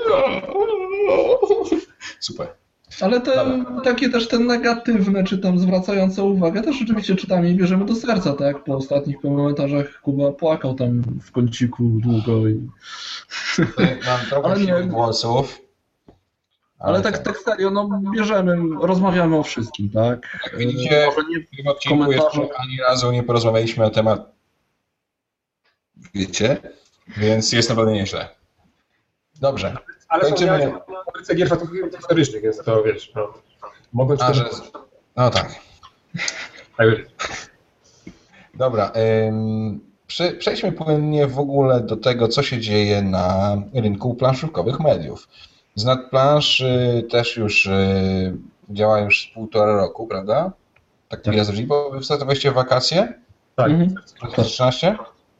super. Ale te Dobra. takie też te negatywne, czy tam zwracające uwagę, też oczywiście czytamy i bierzemy do serca, tak? Po ostatnich komentarzach Kuba płakał tam w kąciku długo i... Mam trochę Ale nie- siwych głosów. Ale tak, tak serio, no bierzemy, rozmawiamy o wszystkim, tak? Jak widzicie, Może nie w tym odcinku jeszcze ani razu nie porozmawialiśmy na temat, wiecie, więc jest naprawdę nieźle. Dobrze. Ale Kończymy. wspomniałeś o fabryce gier historycznych, więc to wiesz, no, mogą ci A, to... że... No tak. Tak, Dobra. Ym, przy, przejdźmy płynnie w ogóle do tego, co się dzieje na rynku planszówkowych mediów. Z Nadplansz y, też już y, działa już z półtora roku, prawda? Tak mi jest, bo wy wstawiliście w wakacje? tak. Mhm. dwa tysiące trzynaście?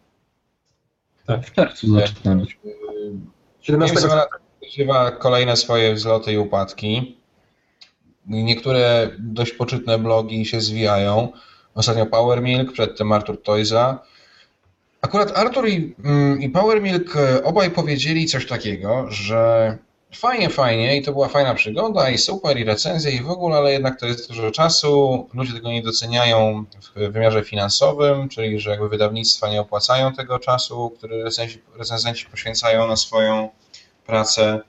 W czerwcu zaczynamy. siedemnastego Gamescom przeżywa kolejne swoje wzloty i upadki. Niektóre dość poczytne blogi się zwijają. Ostatnio Power Milk, przedtem Artur Toyza. Akurat Artur i, i Power Milk obaj powiedzieli coś takiego, że fajnie, fajnie i to była fajna przygoda i super i recenzje i w ogóle, ale jednak to jest dużo czasu, ludzie tego nie doceniają w wymiarze finansowym, czyli że jakby wydawnictwa nie opłacają tego czasu, który recenzenci, recenzenci poświęcają na swoją pracę.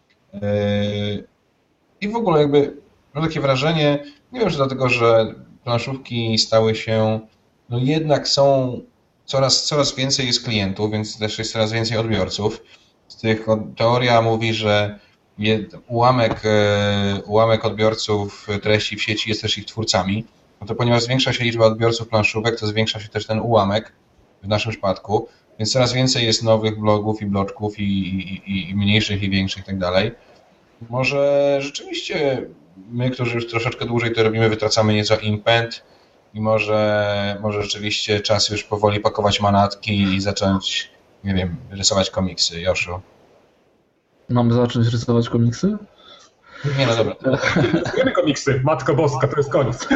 I w ogóle jakby mam takie wrażenie, nie wiem, czy dlatego, że planszówki stały się, no jednak są, coraz, coraz więcej jest klientów, więc też jest coraz więcej odbiorców. Z tych teoria mówi, że jed, ułamek, ułamek odbiorców treści w sieci jest też ich twórcami. No to ponieważ zwiększa się liczba odbiorców planszówek, to zwiększa się też ten ułamek w naszym przypadku, więc coraz więcej jest nowych blogów i bloczków i, i, i mniejszych i większych i tak dalej. Może rzeczywiście my, którzy już troszeczkę dłużej to robimy, wytracamy nieco impęd i może, może rzeczywiście czas już powoli pakować manatki i zacząć, nie wiem, rysować komiksy. Joszu? Mamy zacząć rysować komiksy? Nie, no dobra. Rysujemy komiksy, Matko Boska, to jest koniec.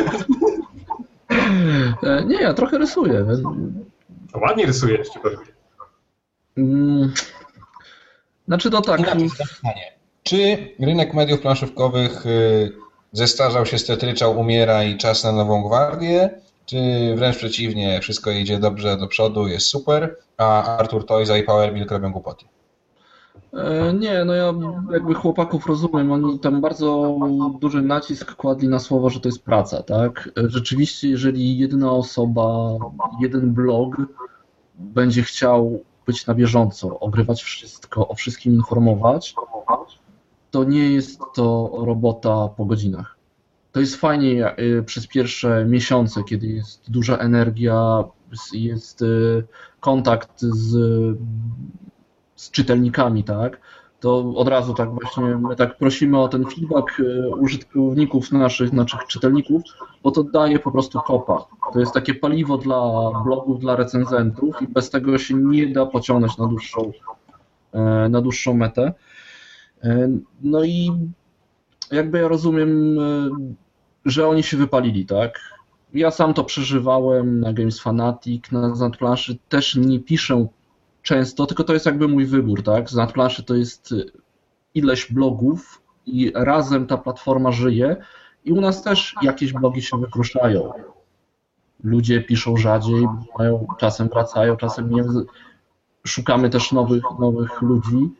Nie, ja trochę rysuję. To ładnie rysujesz, ci powiem. Mm, Znaczy to tak, Inaczej pytanie. Czy rynek mediów planszówkowych zestarzał się, stetryczał, umiera i czas na nową gwardię? Czy wręcz przeciwnie, wszystko idzie dobrze do przodu, jest super, a Artur Toyza i Power Milk robią głupoty? nie, no ja jakby chłopaków rozumiem, oni tam bardzo duży nacisk kładli na słowo, że to jest praca, tak? Rzeczywiście, jeżeli jedna osoba, jeden blog będzie chciał być na bieżąco, ogrywać wszystko, o wszystkim informować, to nie jest to robota po godzinach. To jest fajnie przez pierwsze miesiące, kiedy jest duża energia, jest kontakt z, z czytelnikami, tak? To od razu tak właśnie my tak prosimy o ten feedback użytkowników naszych, naszych czytelników, bo to daje po prostu kopa. To jest takie paliwo dla blogów, dla recenzentów i bez tego się nie da pociągnąć na dłuższą, na dłuższą metę. No i jakby ja rozumiem, że oni się wypalili, tak? Ja sam to przeżywałem na Games Fanatic, na Nadplanszy też nie piszę często, tylko to jest jakby mój wybór, tak? Z Nadplanszy to jest ileś blogów i razem ta platforma żyje i u nas też jakieś blogi się wykruszają. Ludzie piszą rzadziej, mają, czasem wracają, czasem nie. Szukamy też nowych, nowych ludzi.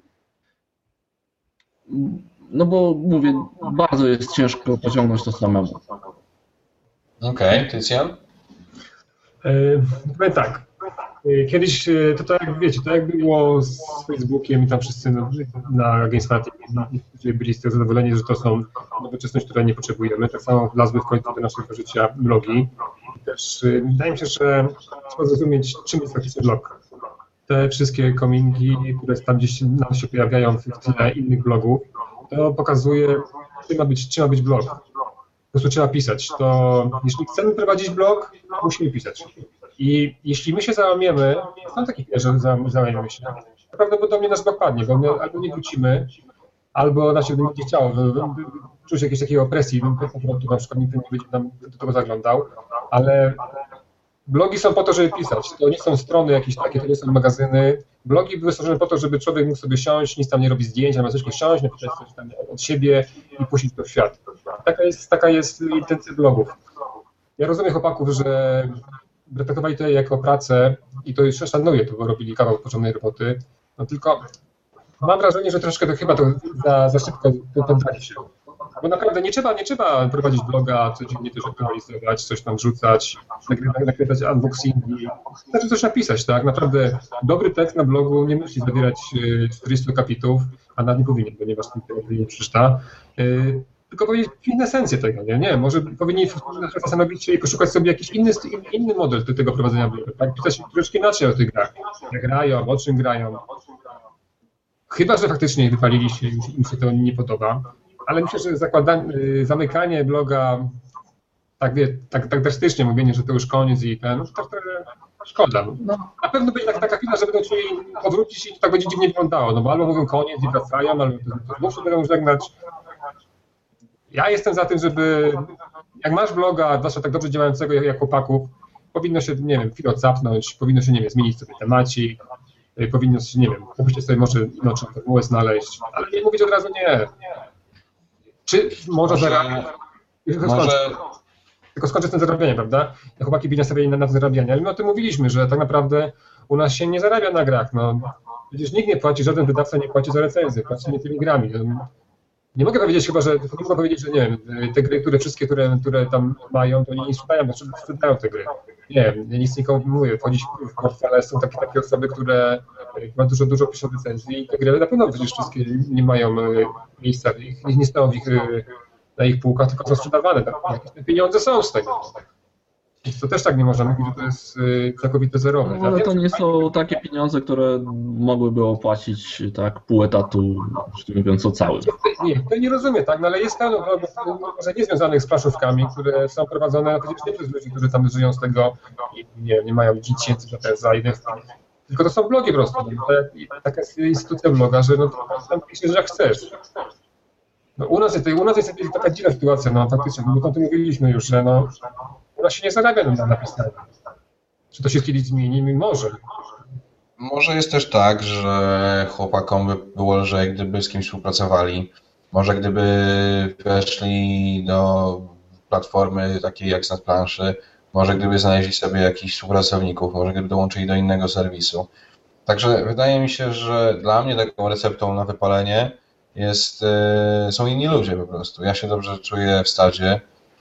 No bo mówię, bardzo jest ciężko pociągnąć to samemu. Okej, okay, Tycjan? Powiem tak, kiedyś to tak jak wiecie, to jak było z Facebookiem i tam wszyscy na, na Games Fanatic byli z tego zadowoleni, że to są nowoczesność, której nie potrzebujemy. Tak samo wlazły w końcu do naszego życia blogi. Też wydaje mi się, że trzeba zrozumieć, czym jest taki blog. Te wszystkie kominki, które tam gdzieś nam się pojawiają w tle innych blogów, to pokazuje, czym ma być, czym ma być blog. Po prostu trzeba pisać. To jeśli chcemy prowadzić blog, musimy pisać. I jeśli my się załamiemy, są takie chwile, że załamiemy się, to prawdopodobnie nasz blog padnie, bo my albo nie wrócimy, albo nam się by nie chciało, czuć jakiejś takiej opresji, po prostu na przykład nikt nie będzie nam do tego zaglądał, ale blogi są po to, żeby pisać. To nie są strony jakieś takie, to nie są magazyny. Blogi były stworzone po to, żeby człowiek mógł sobie siąść, nic tam nie robić zdjęć, ale tylko siąść, napisać coś tam od siebie i puścić to w świat. Taka jest, taka jest intencja blogów. Ja rozumiem chłopaków, że traktowali to jako pracę i to jeszcze szanuję, to bo robili kawał porządnej roboty, no tylko mam wrażenie, że troszkę to chyba to za, za szybko poddali się. Bo naprawdę nie trzeba, nie trzeba prowadzić bloga, codziennie też aktualizować, coś tam wrzucać, nakrywać unboxingi. Znaczy coś napisać, tak? Naprawdę dobry tekst na blogu nie musi zawierać czterdziestu akapitów, a nawet nie powinien, ponieważ tego nie przeczyta. Tylko powiedzieć kwintesencję tego, nie? Nie, może powinni zastanowić się i poszukać sobie jakiś inny, inny model do tego prowadzenia bloga, tak? Pisać troszkę inaczej o tych grach. Jak grają, o czym grają. Chyba że faktycznie wypalili się i im się to nie podoba. Ale myślę, że zakłada, zamykanie bloga, tak, wie, tak, tak drastycznie mówienie, że to już koniec i ten, no to trochę szkoda. No, na pewno będzie tak, taka chwila, że będą chcieli powrócić i to tak będzie dziwnie wyglądało, no bo albo mówią koniec i wracają, albo znów się będą żegnać. Ja jestem za tym, żeby, jak masz bloga, zwłaszcza tak dobrze działającego jak chłopaków, powinno się, nie wiem, chwilę odsapnąć, powinno się, nie wiem, zmienić sobie temacik, powinno się, nie wiem, pójście sobie może inną formułę znaleźć, ale nie mówić od razu nie. Czy może, może zarabiać? Może... Tylko skończę z tym zarabianiem, prawda? Chłopaki byli nastawieni na, na to zarabianie, ale my o tym mówiliśmy, że tak naprawdę u nas się nie zarabia na grach. No. Przecież nikt nie płaci, żaden wydawca nie płaci za recenzję, płaci nie tymi grami. Nie mogę powiedzieć chyba, że nie mogę powiedzieć, że nie wiem, te gry, które wszystkie, które, które tam mają, to oni nie sprzedają, znaczy sprzedają te gry. Nie wiem, ja nic nikomu nie mówię, wchodzić w portfele są takie, takie osoby, które mają dużo, dużo piszą recenzji i te gry na pewno przecież wszystkie nie mają miejsca, nie, nie stoją w ich, na ich półkach, tylko są sprzedawane, tak, jakieś pieniądze są z tego. Więc to też tak nie można mówić, że to jest całkowite zerowe. No, ale to nie są takie pieniądze, które mogłyby opłacić tak pół etatu, mówiąc o całym. Nie, to nie rozumiem, tak, no ale jest pełno może nie związanych z planszówkami, które są prowadzone przecież nie przez ludzi, którzy tam żyją z tego i nie, nie mają tysięcy za jeden tylko to są blogi po prostu. Taka jest instytucja bloga, że no, tam piszesz, że jak chcesz. No, u nas jest, u nas jest taka dziwna sytuacja, no faktycznie, bo o tym mówiliśmy już, że no, u nas się nie zarabia na napisaniu. Czy to się kiedyś zmieni? Może. Może jest też tak, że chłopakom by było lżej, gdyby z kimś współpracowali. Może gdyby weszli do platformy takiej jak Snad Planszy, może gdyby znaleźli sobie jakichś współpracowników, może gdyby dołączyli do innego serwisu. Także wydaje mi się, że dla mnie taką receptą na wypalenie jest, są inni ludzie po prostu. Ja się dobrze czuję w stadzie,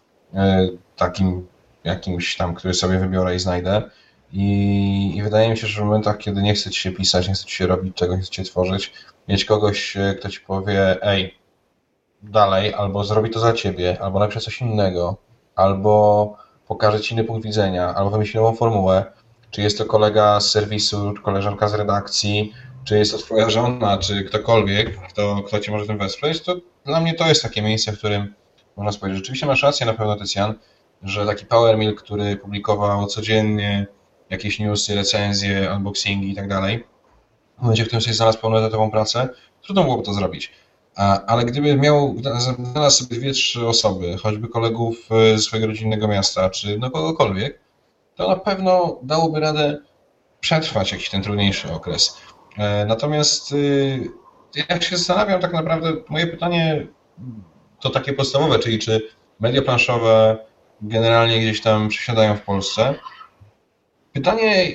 takim jakimś tam, który sobie wybiorę i znajdę. I, I wydaje mi się, że w momentach, kiedy nie chce ci się pisać, nie chce ci się robić czegoś, nie chce ci się tworzyć, mieć kogoś, kto ci powie, ej, dalej, albo zrobi to za ciebie, albo napisze coś innego, albo pokaże ci inny punkt widzenia, albo wymyśli nową formułę, czy jest to kolega z serwisu, czy koleżanka z redakcji, czy jest to twoja żona, czy ktokolwiek, kto, kto cię może tym wesprzeć, to dla mnie to jest takie miejsce, w którym można powiedzieć, rzeczywiście masz rację na pewno, Tycjan, że taki Power Mill, który publikował codziennie jakieś newsy, recenzje, unboxingi i tak dalej, w momencie, w którym sobie znalazł pełnoetatową pracę, trudno byłoby to zrobić. Ale gdyby miał znalazł sobie dwie, trzy osoby, choćby kolegów ze swojego rodzinnego miasta, czy no kogokolwiek, to na pewno dałoby radę przetrwać jakiś ten trudniejszy okres. Natomiast ja się zastanawiam tak naprawdę, moje pytanie to takie podstawowe, czyli czy media planszowe generalnie gdzieś tam przesiadają w Polsce. Pytanie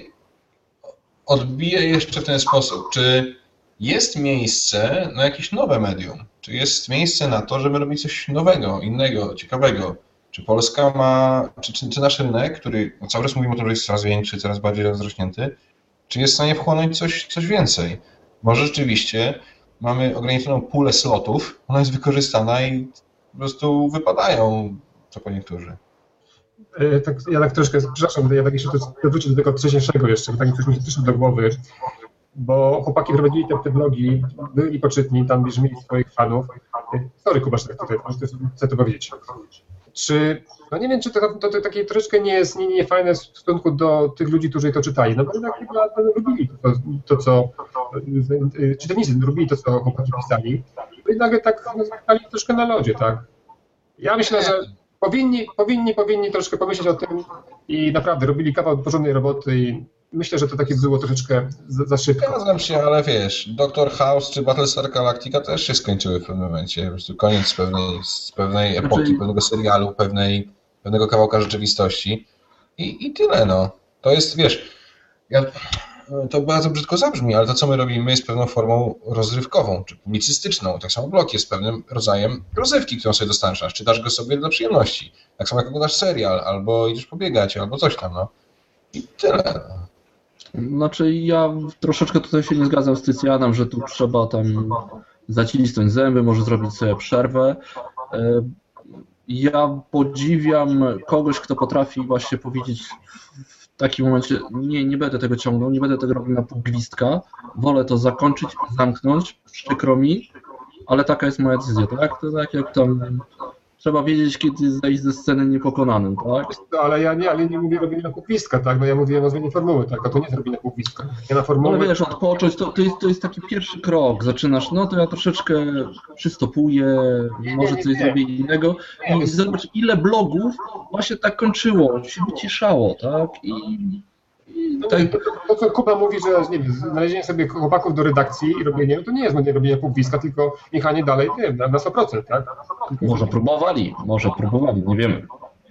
odbiję jeszcze w ten sposób, czy jest miejsce na jakieś nowe medium? Czy jest miejsce na to, żeby robić coś nowego, innego, ciekawego? Czy Polska ma, czy, czy, czy nasz rynek, który no cały czas mówimy o tym, że jest coraz większy, coraz bardziej rozrośnięty, czy jest w stanie wchłonąć coś, coś więcej? Może rzeczywiście mamy ograniczoną pulę slotów, ona jest wykorzystana i po prostu wypadają, co po niektórzy. Tak, ja tak troszkę, przepraszam, ja tak jeszcze wrócić do tego wcześniejszego jeszcze, bo tak coś mi się przyszło do głowy, bo chłopaki prowadzili te, te blogi, byli poczytni, tam już mieli swoich fanów. Sorry, Kuba, że tak tutaj chcę to powiedzieć. Czy, no nie wiem, czy to, to, to takie troszeczkę nie jest nie, nie fajne w stosunku do tych ludzi, którzy to czytali, no bo jednak chyba lubili to, to co, czytelnicy lubili to, co chłopaki pisali, bo jednak tak zostali troszkę na lodzie, tak? Ja myślę, że powinni, powinni, powinni troszkę pomyśleć o tym i naprawdę robili kawał porządnej roboty i myślę, że to takie było troszeczkę za, za szybko. Zgadzam się, ale wiesz, Doktor House czy Battlestar Galactica też się skończyły w pewnym momencie. Po prostu koniec pewnej, z pewnej epoki, Znaczy- pewnego serialu, pewnej, pewnego kawałka rzeczywistości i, i tyle, no. To jest, wiesz, ja, to bardzo brzydko zabrzmi, ale to, co my robimy, jest pewną formą rozrywkową, czy publicystyczną. Tak samo blog jest pewnym rodzajem rozrywki, którą sobie dostarczasz. Czytasz go sobie dla przyjemności. Tak samo jak oglądasz serial, albo idziesz pobiegać, albo coś tam, no. I tyle, no. Znaczy ja troszeczkę tutaj się nie zgadzam z Tycjanem, że tu trzeba tam zacisnąć zęby, może zrobić sobie przerwę. Ja podziwiam kogoś, kto potrafi właśnie powiedzieć w takim momencie, nie, nie będę tego ciągnął, nie będę tego robił na pół gwizdka, wolę to zakończyć, zamknąć, przykro mi, ale taka jest moja decyzja, tak? To tak jak tam trzeba wiedzieć, kiedy zejść ze sceny niepokonanym, tak? No, ale ja nie, ale nie mówię robienia na półgwizdka, tak? No ja mówiłem o zmianie formuły, tak? A to nie jest robienie na półgwizdka. Nie na formułę. Ale wiesz, odpocząć, to, to, jest, to jest taki pierwszy krok. Zaczynasz, no to ja troszeczkę przystopuję, może coś zrobię innego. I zobacz, ile blogów właśnie tak kończyło, się wyciszało, tak? I, i No, tak, to, to, to, co Kuba mówi, że nie wiem, znalezienie sobie chłopaków do redakcji i robienie, to nie jest robienie półgwizdka, tylko jechanie dalej tym, na, na sto procent, tak? Tylko, może próbowali, może próbowali, nie wiemy.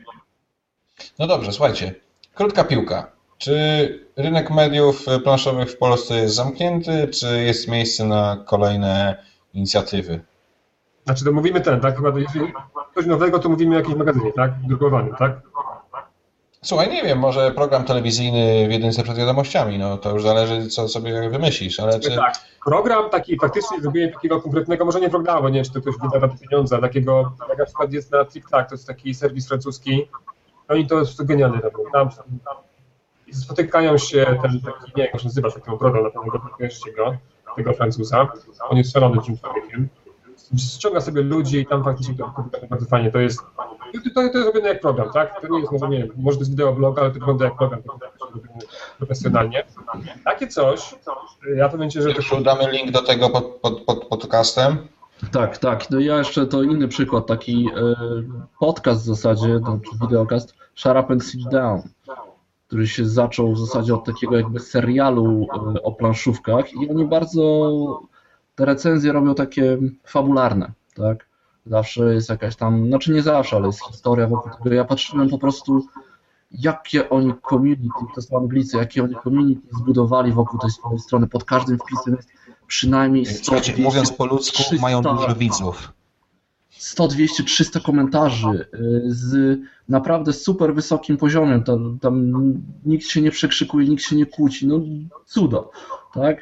No dobrze, słuchajcie. Krótka piłka. Czy rynek mediów planszowych w Polsce jest zamknięty, czy jest miejsce na kolejne inicjatywy? Znaczy, to mówimy ten, tak? Chyba, jeżeli coś nowego, to mówimy o jakimś magazynie, tak? Drukowanym, tak? Słuchaj, nie wiem, może program telewizyjny w jedynce przed wiadomościami, no to już zależy, co sobie wymyślisz, ale czy... Tak, program taki faktycznie zrobienie takiego konkretnego, może nie programu, nie wiem, czy to ktoś wyda na to pieniądze, takiego, jak na przykład jest na TikTok, to jest taki serwis francuski, oni to jest genialnie robią, tam, tam spotykają się, ten taki, nie jak on się nazywa, taki brodą, na pewno go kojarzycie go, tego Francuza, on jest szalony tym człowiekiem, ściąga sobie ludzi i tam faktycznie to bardzo fajnie, to jest, to, to jest robione jak program, tak? To nie jest, może nie wiem, może to jest wideoblog, ale to wygląda jak program, profesjonalnie. Takie coś, ja to będzie, że... Już damy link do tego pod, pod, pod podcastem. Tak, tak. No ja jeszcze to inny przykład, taki podcast w zasadzie, no, czy wideokast, Shut Up and Sit Down, który się zaczął w zasadzie od takiego jakby serialu o planszówkach i oni bardzo, te recenzje robią takie fabularne, tak? Zawsze jest jakaś tam, znaczy nie zawsze, ale jest historia wokół tego. Ja patrzyłem po prostu, jakie oni community, to są Anglicy, jakie oni community zbudowali wokół tej swojej strony. Pod każdym wpisem jest przynajmniej sto, dwieście, mówiąc po ludzku, trzysta, mają dużo widzów. sto, dwieście, trzysta komentarzy z naprawdę super wysokim poziomem. Tam, tam nikt się nie przekrzykuje, nikt się nie kłóci. No cuda, tak?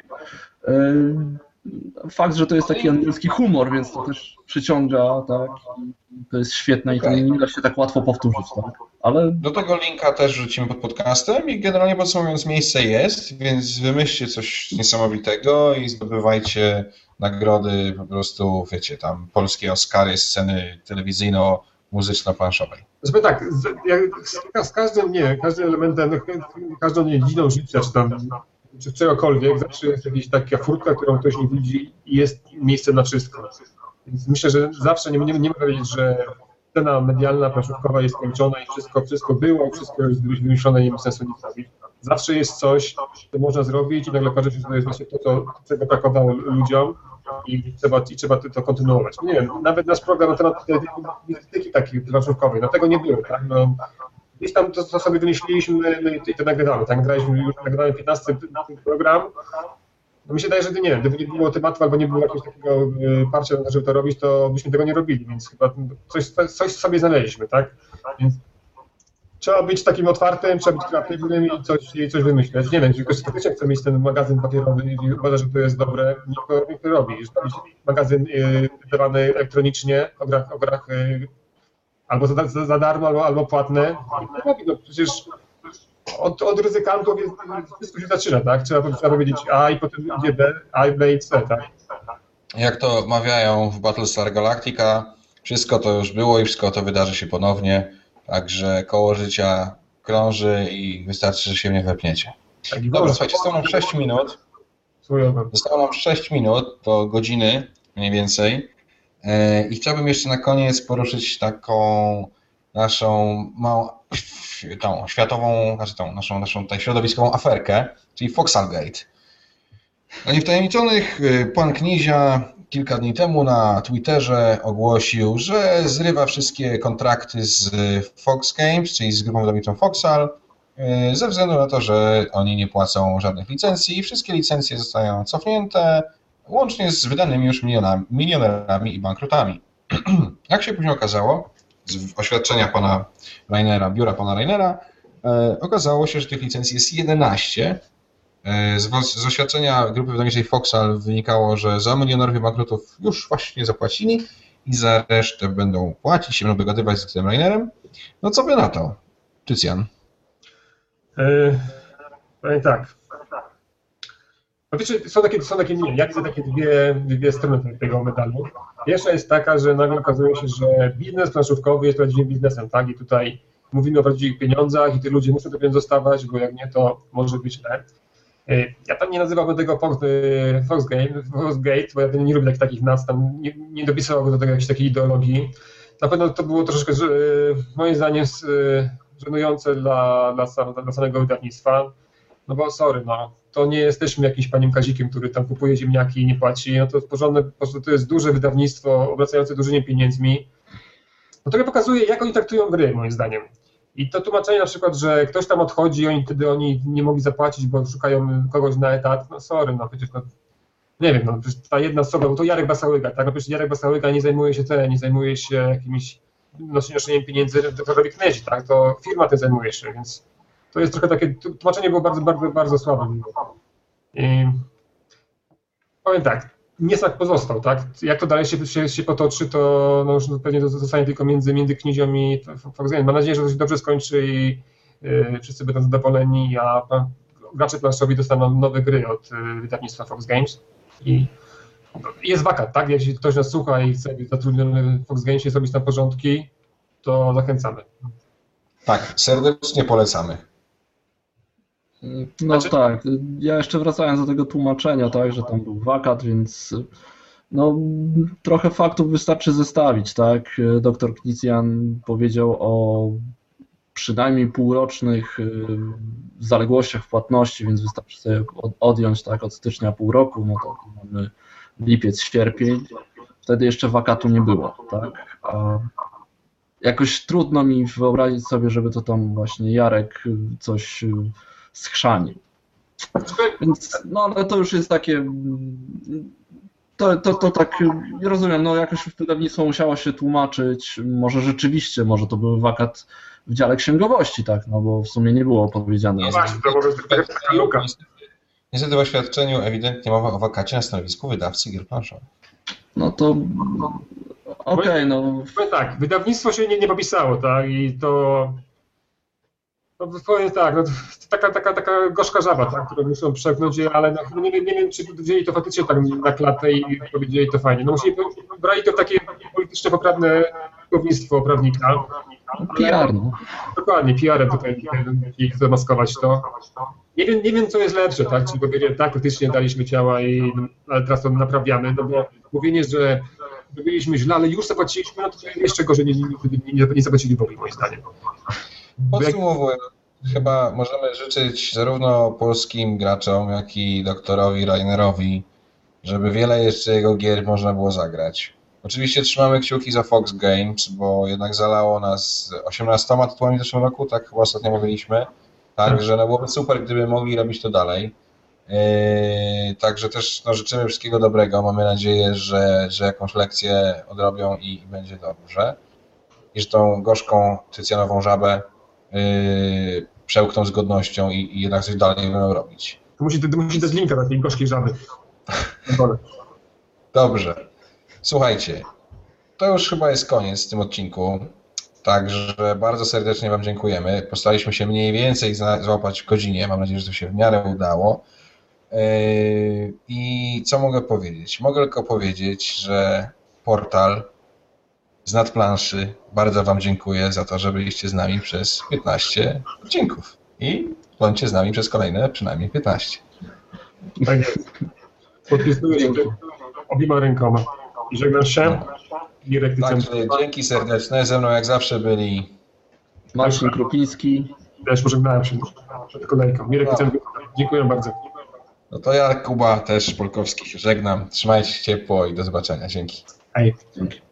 Fakt, że to jest taki angielski humor, więc to też przyciąga, tak? To jest świetne i to nie da się tak łatwo powtórzyć, tak? Ale... Do tego linka też wrzucimy pod podcastem i generalnie podsumowując, miejsce jest, więc wymyślcie coś niesamowitego i zdobywajcie nagrody po prostu, wiecie, tam polskie Oscary sceny telewizyjno-muzyczno-planszowej. Zresztą tak, z, z każdym, nie, każdym elementem, każdą dziedziną życia, czy tam czy czegokolwiek, zawsze jest jakaś taka furtka, którą ktoś nie widzi i jest miejsce na wszystko. Więc myślę, że zawsze nie, nie, nie mogę powiedzieć, że scena medialna, planszówkowa jest kończona i wszystko, wszystko było, wszystko jest wymyślone i nie ma sensu nic robić. Zawsze jest coś, co można zrobić i nagle okaże się, że to jest właśnie to, co, czego brakowało ludziom i trzeba, i trzeba to kontynuować. Nie wiem, nawet nasz program na temat dietetyki takiej planszówkowej, no tego nie było, tak? No, gdzieś tam to, co sobie wymyśliliśmy no i to nagrywamy, tak? Nagraliśmy już nagrałem piętnasty program. No mi się wydaje, że nie wiem, gdyby nie było tematu albo nie było jakiegoś takiego parcia, żeby to robić, to byśmy tego nie robili, więc chyba coś, coś sobie znaleźliśmy, tak? Więc trzeba być takim otwartym, trzeba być kreatywnym i coś, i coś wymyśleć. Nie wiem, jeśli ktoś faktycznie chce mieć ten magazyn papierowy i uważa, że to jest dobre, niech to, niech to robi. Żeby mieć magazyn wydawany elektronicznie o grach, o grach albo za, za, za darmo, albo, albo płatne. No, no przecież od, od ryzykantów jest, wszystko się zaczyna, tak? Trzeba, trzeba powiedzieć A i potem idzie B, A, B i C, tak? Jak to mawiają w Battlestar Galactica, wszystko to już było i wszystko to wydarzy się ponownie, także koło życia krąży i wystarczy, że się nie wepniecie. Tak, dobra, słuchajcie, zostało nam sześć minut. Zostało nam sześć minut do godziny mniej więcej. I chciałbym jeszcze na koniec poruszyć taką naszą małą, tą światową, znaczy tą naszą, naszą tutaj środowiskową aferkę, czyli Foxalgate. Dla niewtajemniczonych pan Knizia kilka dni temu na Twitterze ogłosił, że zrywa wszystkie kontrakty z Fox Games, czyli z grupą wydawniczą Foxal, ze względu na to, że oni nie płacą żadnych licencji i wszystkie licencje zostają cofnięte, łącznie z wydanymi już milionami, milionerami i bankrutami. Jak się później okazało, z oświadczenia pana Rainera, biura pana Rainera, e, okazało się, że tych licencji jest jedenaście. E, z, z oświadczenia grupy wydawniczej Foxal wynikało, że za milionerów i bankrutów już właśnie zapłacili i za resztę będą płacić, się będą dogadywać z tym Rainerem. No co by na to, Tycjan? Yy, powiem tak. Po pierwsze, są takie, są takie, nie, ja widzę takie dwie, dwie strony tego medalu. Pierwsza jest taka, że nagle okazuje się, że biznes planszówkowy jest prawdziwym biznesem, tak? I tutaj mówimy o prawdziwych pieniądzach i te ludzie muszą te pieniądze dostawać, bo jak nie, to może być źle. Ja tam nie nazywałbym tego Fox, Fox, Game, Fox Gate, bo ja nie lubię takich, takich nazw, tam nie, nie dopisałbym do tego jakiejś takiej ideologii. Na pewno to było troszeczkę, moim zdaniem, żenujące dla, dla, sam, dla samego wydawnictwa, no bo sorry, no, to nie jesteśmy jakimś panem Kazikiem, który tam kupuje ziemniaki i nie płaci, no to porządne, to jest duże wydawnictwo obracające dużymi pieniędzmi. No to pokazuje, jak oni traktują gry, moim zdaniem. I to tłumaczenie na przykład, że ktoś tam odchodzi i oni wtedy oni nie mogli zapłacić, bo szukają kogoś na etat, no sorry, no przecież no, nie wiem, no przecież ta jedna osoba, bo to Jarek Basałyga, tak, no przecież Jarek Basałyga nie zajmuje się te, nie zajmuje się jakimiś noszeniem pieniędzy do robi knezi, tak, to firma tym zajmuje się, więc to jest trochę takie, tłumaczenie było bardzo, bardzo, bardzo słabe. I powiem tak, niesmak pozostał, tak, jak to dalej się, się, się potoczy, to no już pewnie to zostanie tylko między, między Knizią i Fox Games. Mam nadzieję, że to się dobrze skończy i yy, wszyscy będą zadowoleni, a gracze planszowi dostaną nowe gry od yy, wydawnictwa Fox Games i jest wakat, tak? Jeśli ktoś nas słucha i chce być zatrudniony w Fox Gamesie zrobić tam porządki, to zachęcamy. Tak, serdecznie polecamy. No Znaczy... tak, ja jeszcze wracając do tego tłumaczenia, tak, że tam był wakat, więc no trochę faktów wystarczy zestawić, tak? Doktor Knizjan powiedział o przynajmniej półrocznych zaległościach w płatności, więc wystarczy sobie odjąć tak od stycznia pół roku, no to mamy lipiec, sierpień, wtedy jeszcze wakatu nie było, tak? A jakoś trudno mi wyobrazić sobie, żeby to tam właśnie Jarek coś schrzanił. Więc, no ale to już jest takie, to, to, to tak, nie rozumiem, no jakoś wydawnictwo musiało się tłumaczyć, może rzeczywiście, może to był wakat w dziale księgowości, tak, no bo w sumie nie było powiedziane. No właśnie, to może być taka luka. Niestety w oświadczeniu ewidentnie mowa o wakacie na stanowisku wydawcy gier planszowych. No to okej, okay, no. Powiem tak, wydawnictwo się nie, nie popisało, tak, i to no powiem tak, no, to taka, taka, taka gorzka żaba, tak, którą muszą przełknąć, ale no, nie, wiem, nie wiem, czy wzięli to faktycznie tak na klatę i powiedzieli to fajnie. No musieli, brali to takie politycznie poprawne słownictwo prawnika. P R, no. Dokładnie, P R-em tutaj i zamaskować to. Nie wiem, nie wiem, co jest lepsze, tak, czy powiedzieli, tak, faktycznie daliśmy ciała, i, ale teraz to naprawiamy, no bo mówienie, że robiliśmy źle, ale już zapłaciliśmy, no to jeszcze gorzej nie, nie, nie, nie zapłacili w ogóle, moim zdaniem. Podsumowując, chyba możemy życzyć zarówno polskim graczom, jak i doktorowi Rainerowi, żeby wiele jeszcze jego gier można było zagrać. Oczywiście trzymamy kciuki za Fox Games, bo jednak zalało nas osiemnastoma tytułami w zeszłym roku, tak chyba ostatnio mówiliśmy. Także no byłoby super, gdyby mogli robić to dalej. Yy, także też no, życzymy wszystkiego dobrego. Mamy nadzieję, że, że jakąś lekcję odrobią i, i będzie dobrze. I że tą gorzką tycjanową żabę yy, przełkną z godnością i, i jednak coś dalej będą robić. To musi, to musi dać linka takiej gorzkiej żaby. Dobrze. Słuchajcie, to już chyba jest koniec w tym odcinku. Także bardzo serdecznie Wam dziękujemy. Postaraliśmy się mniej więcej złapać w godzinie. Mam nadzieję, że to się w miarę udało. I co mogę powiedzieć? Mogę tylko powiedzieć, że portal z nadplanszy bardzo Wam dziękuję za to, że byliście z nami przez piętnaście odcinków. I bądźcie z nami przez kolejne przynajmniej piętnaście. Tak jest. Podpisuję się obiema rękoma. I żegnam się. Także dzięki serdeczne. Ze mną jak zawsze byli Marcin Krupiński. Ja już pożegnałem się przed kolejką. Mirek, No. dziękuję bardzo. No to ja, Kuba, też Polkowski się żegnam. Trzymajcie się ciepło i do zobaczenia. Dzięki. Hej. Dzięki.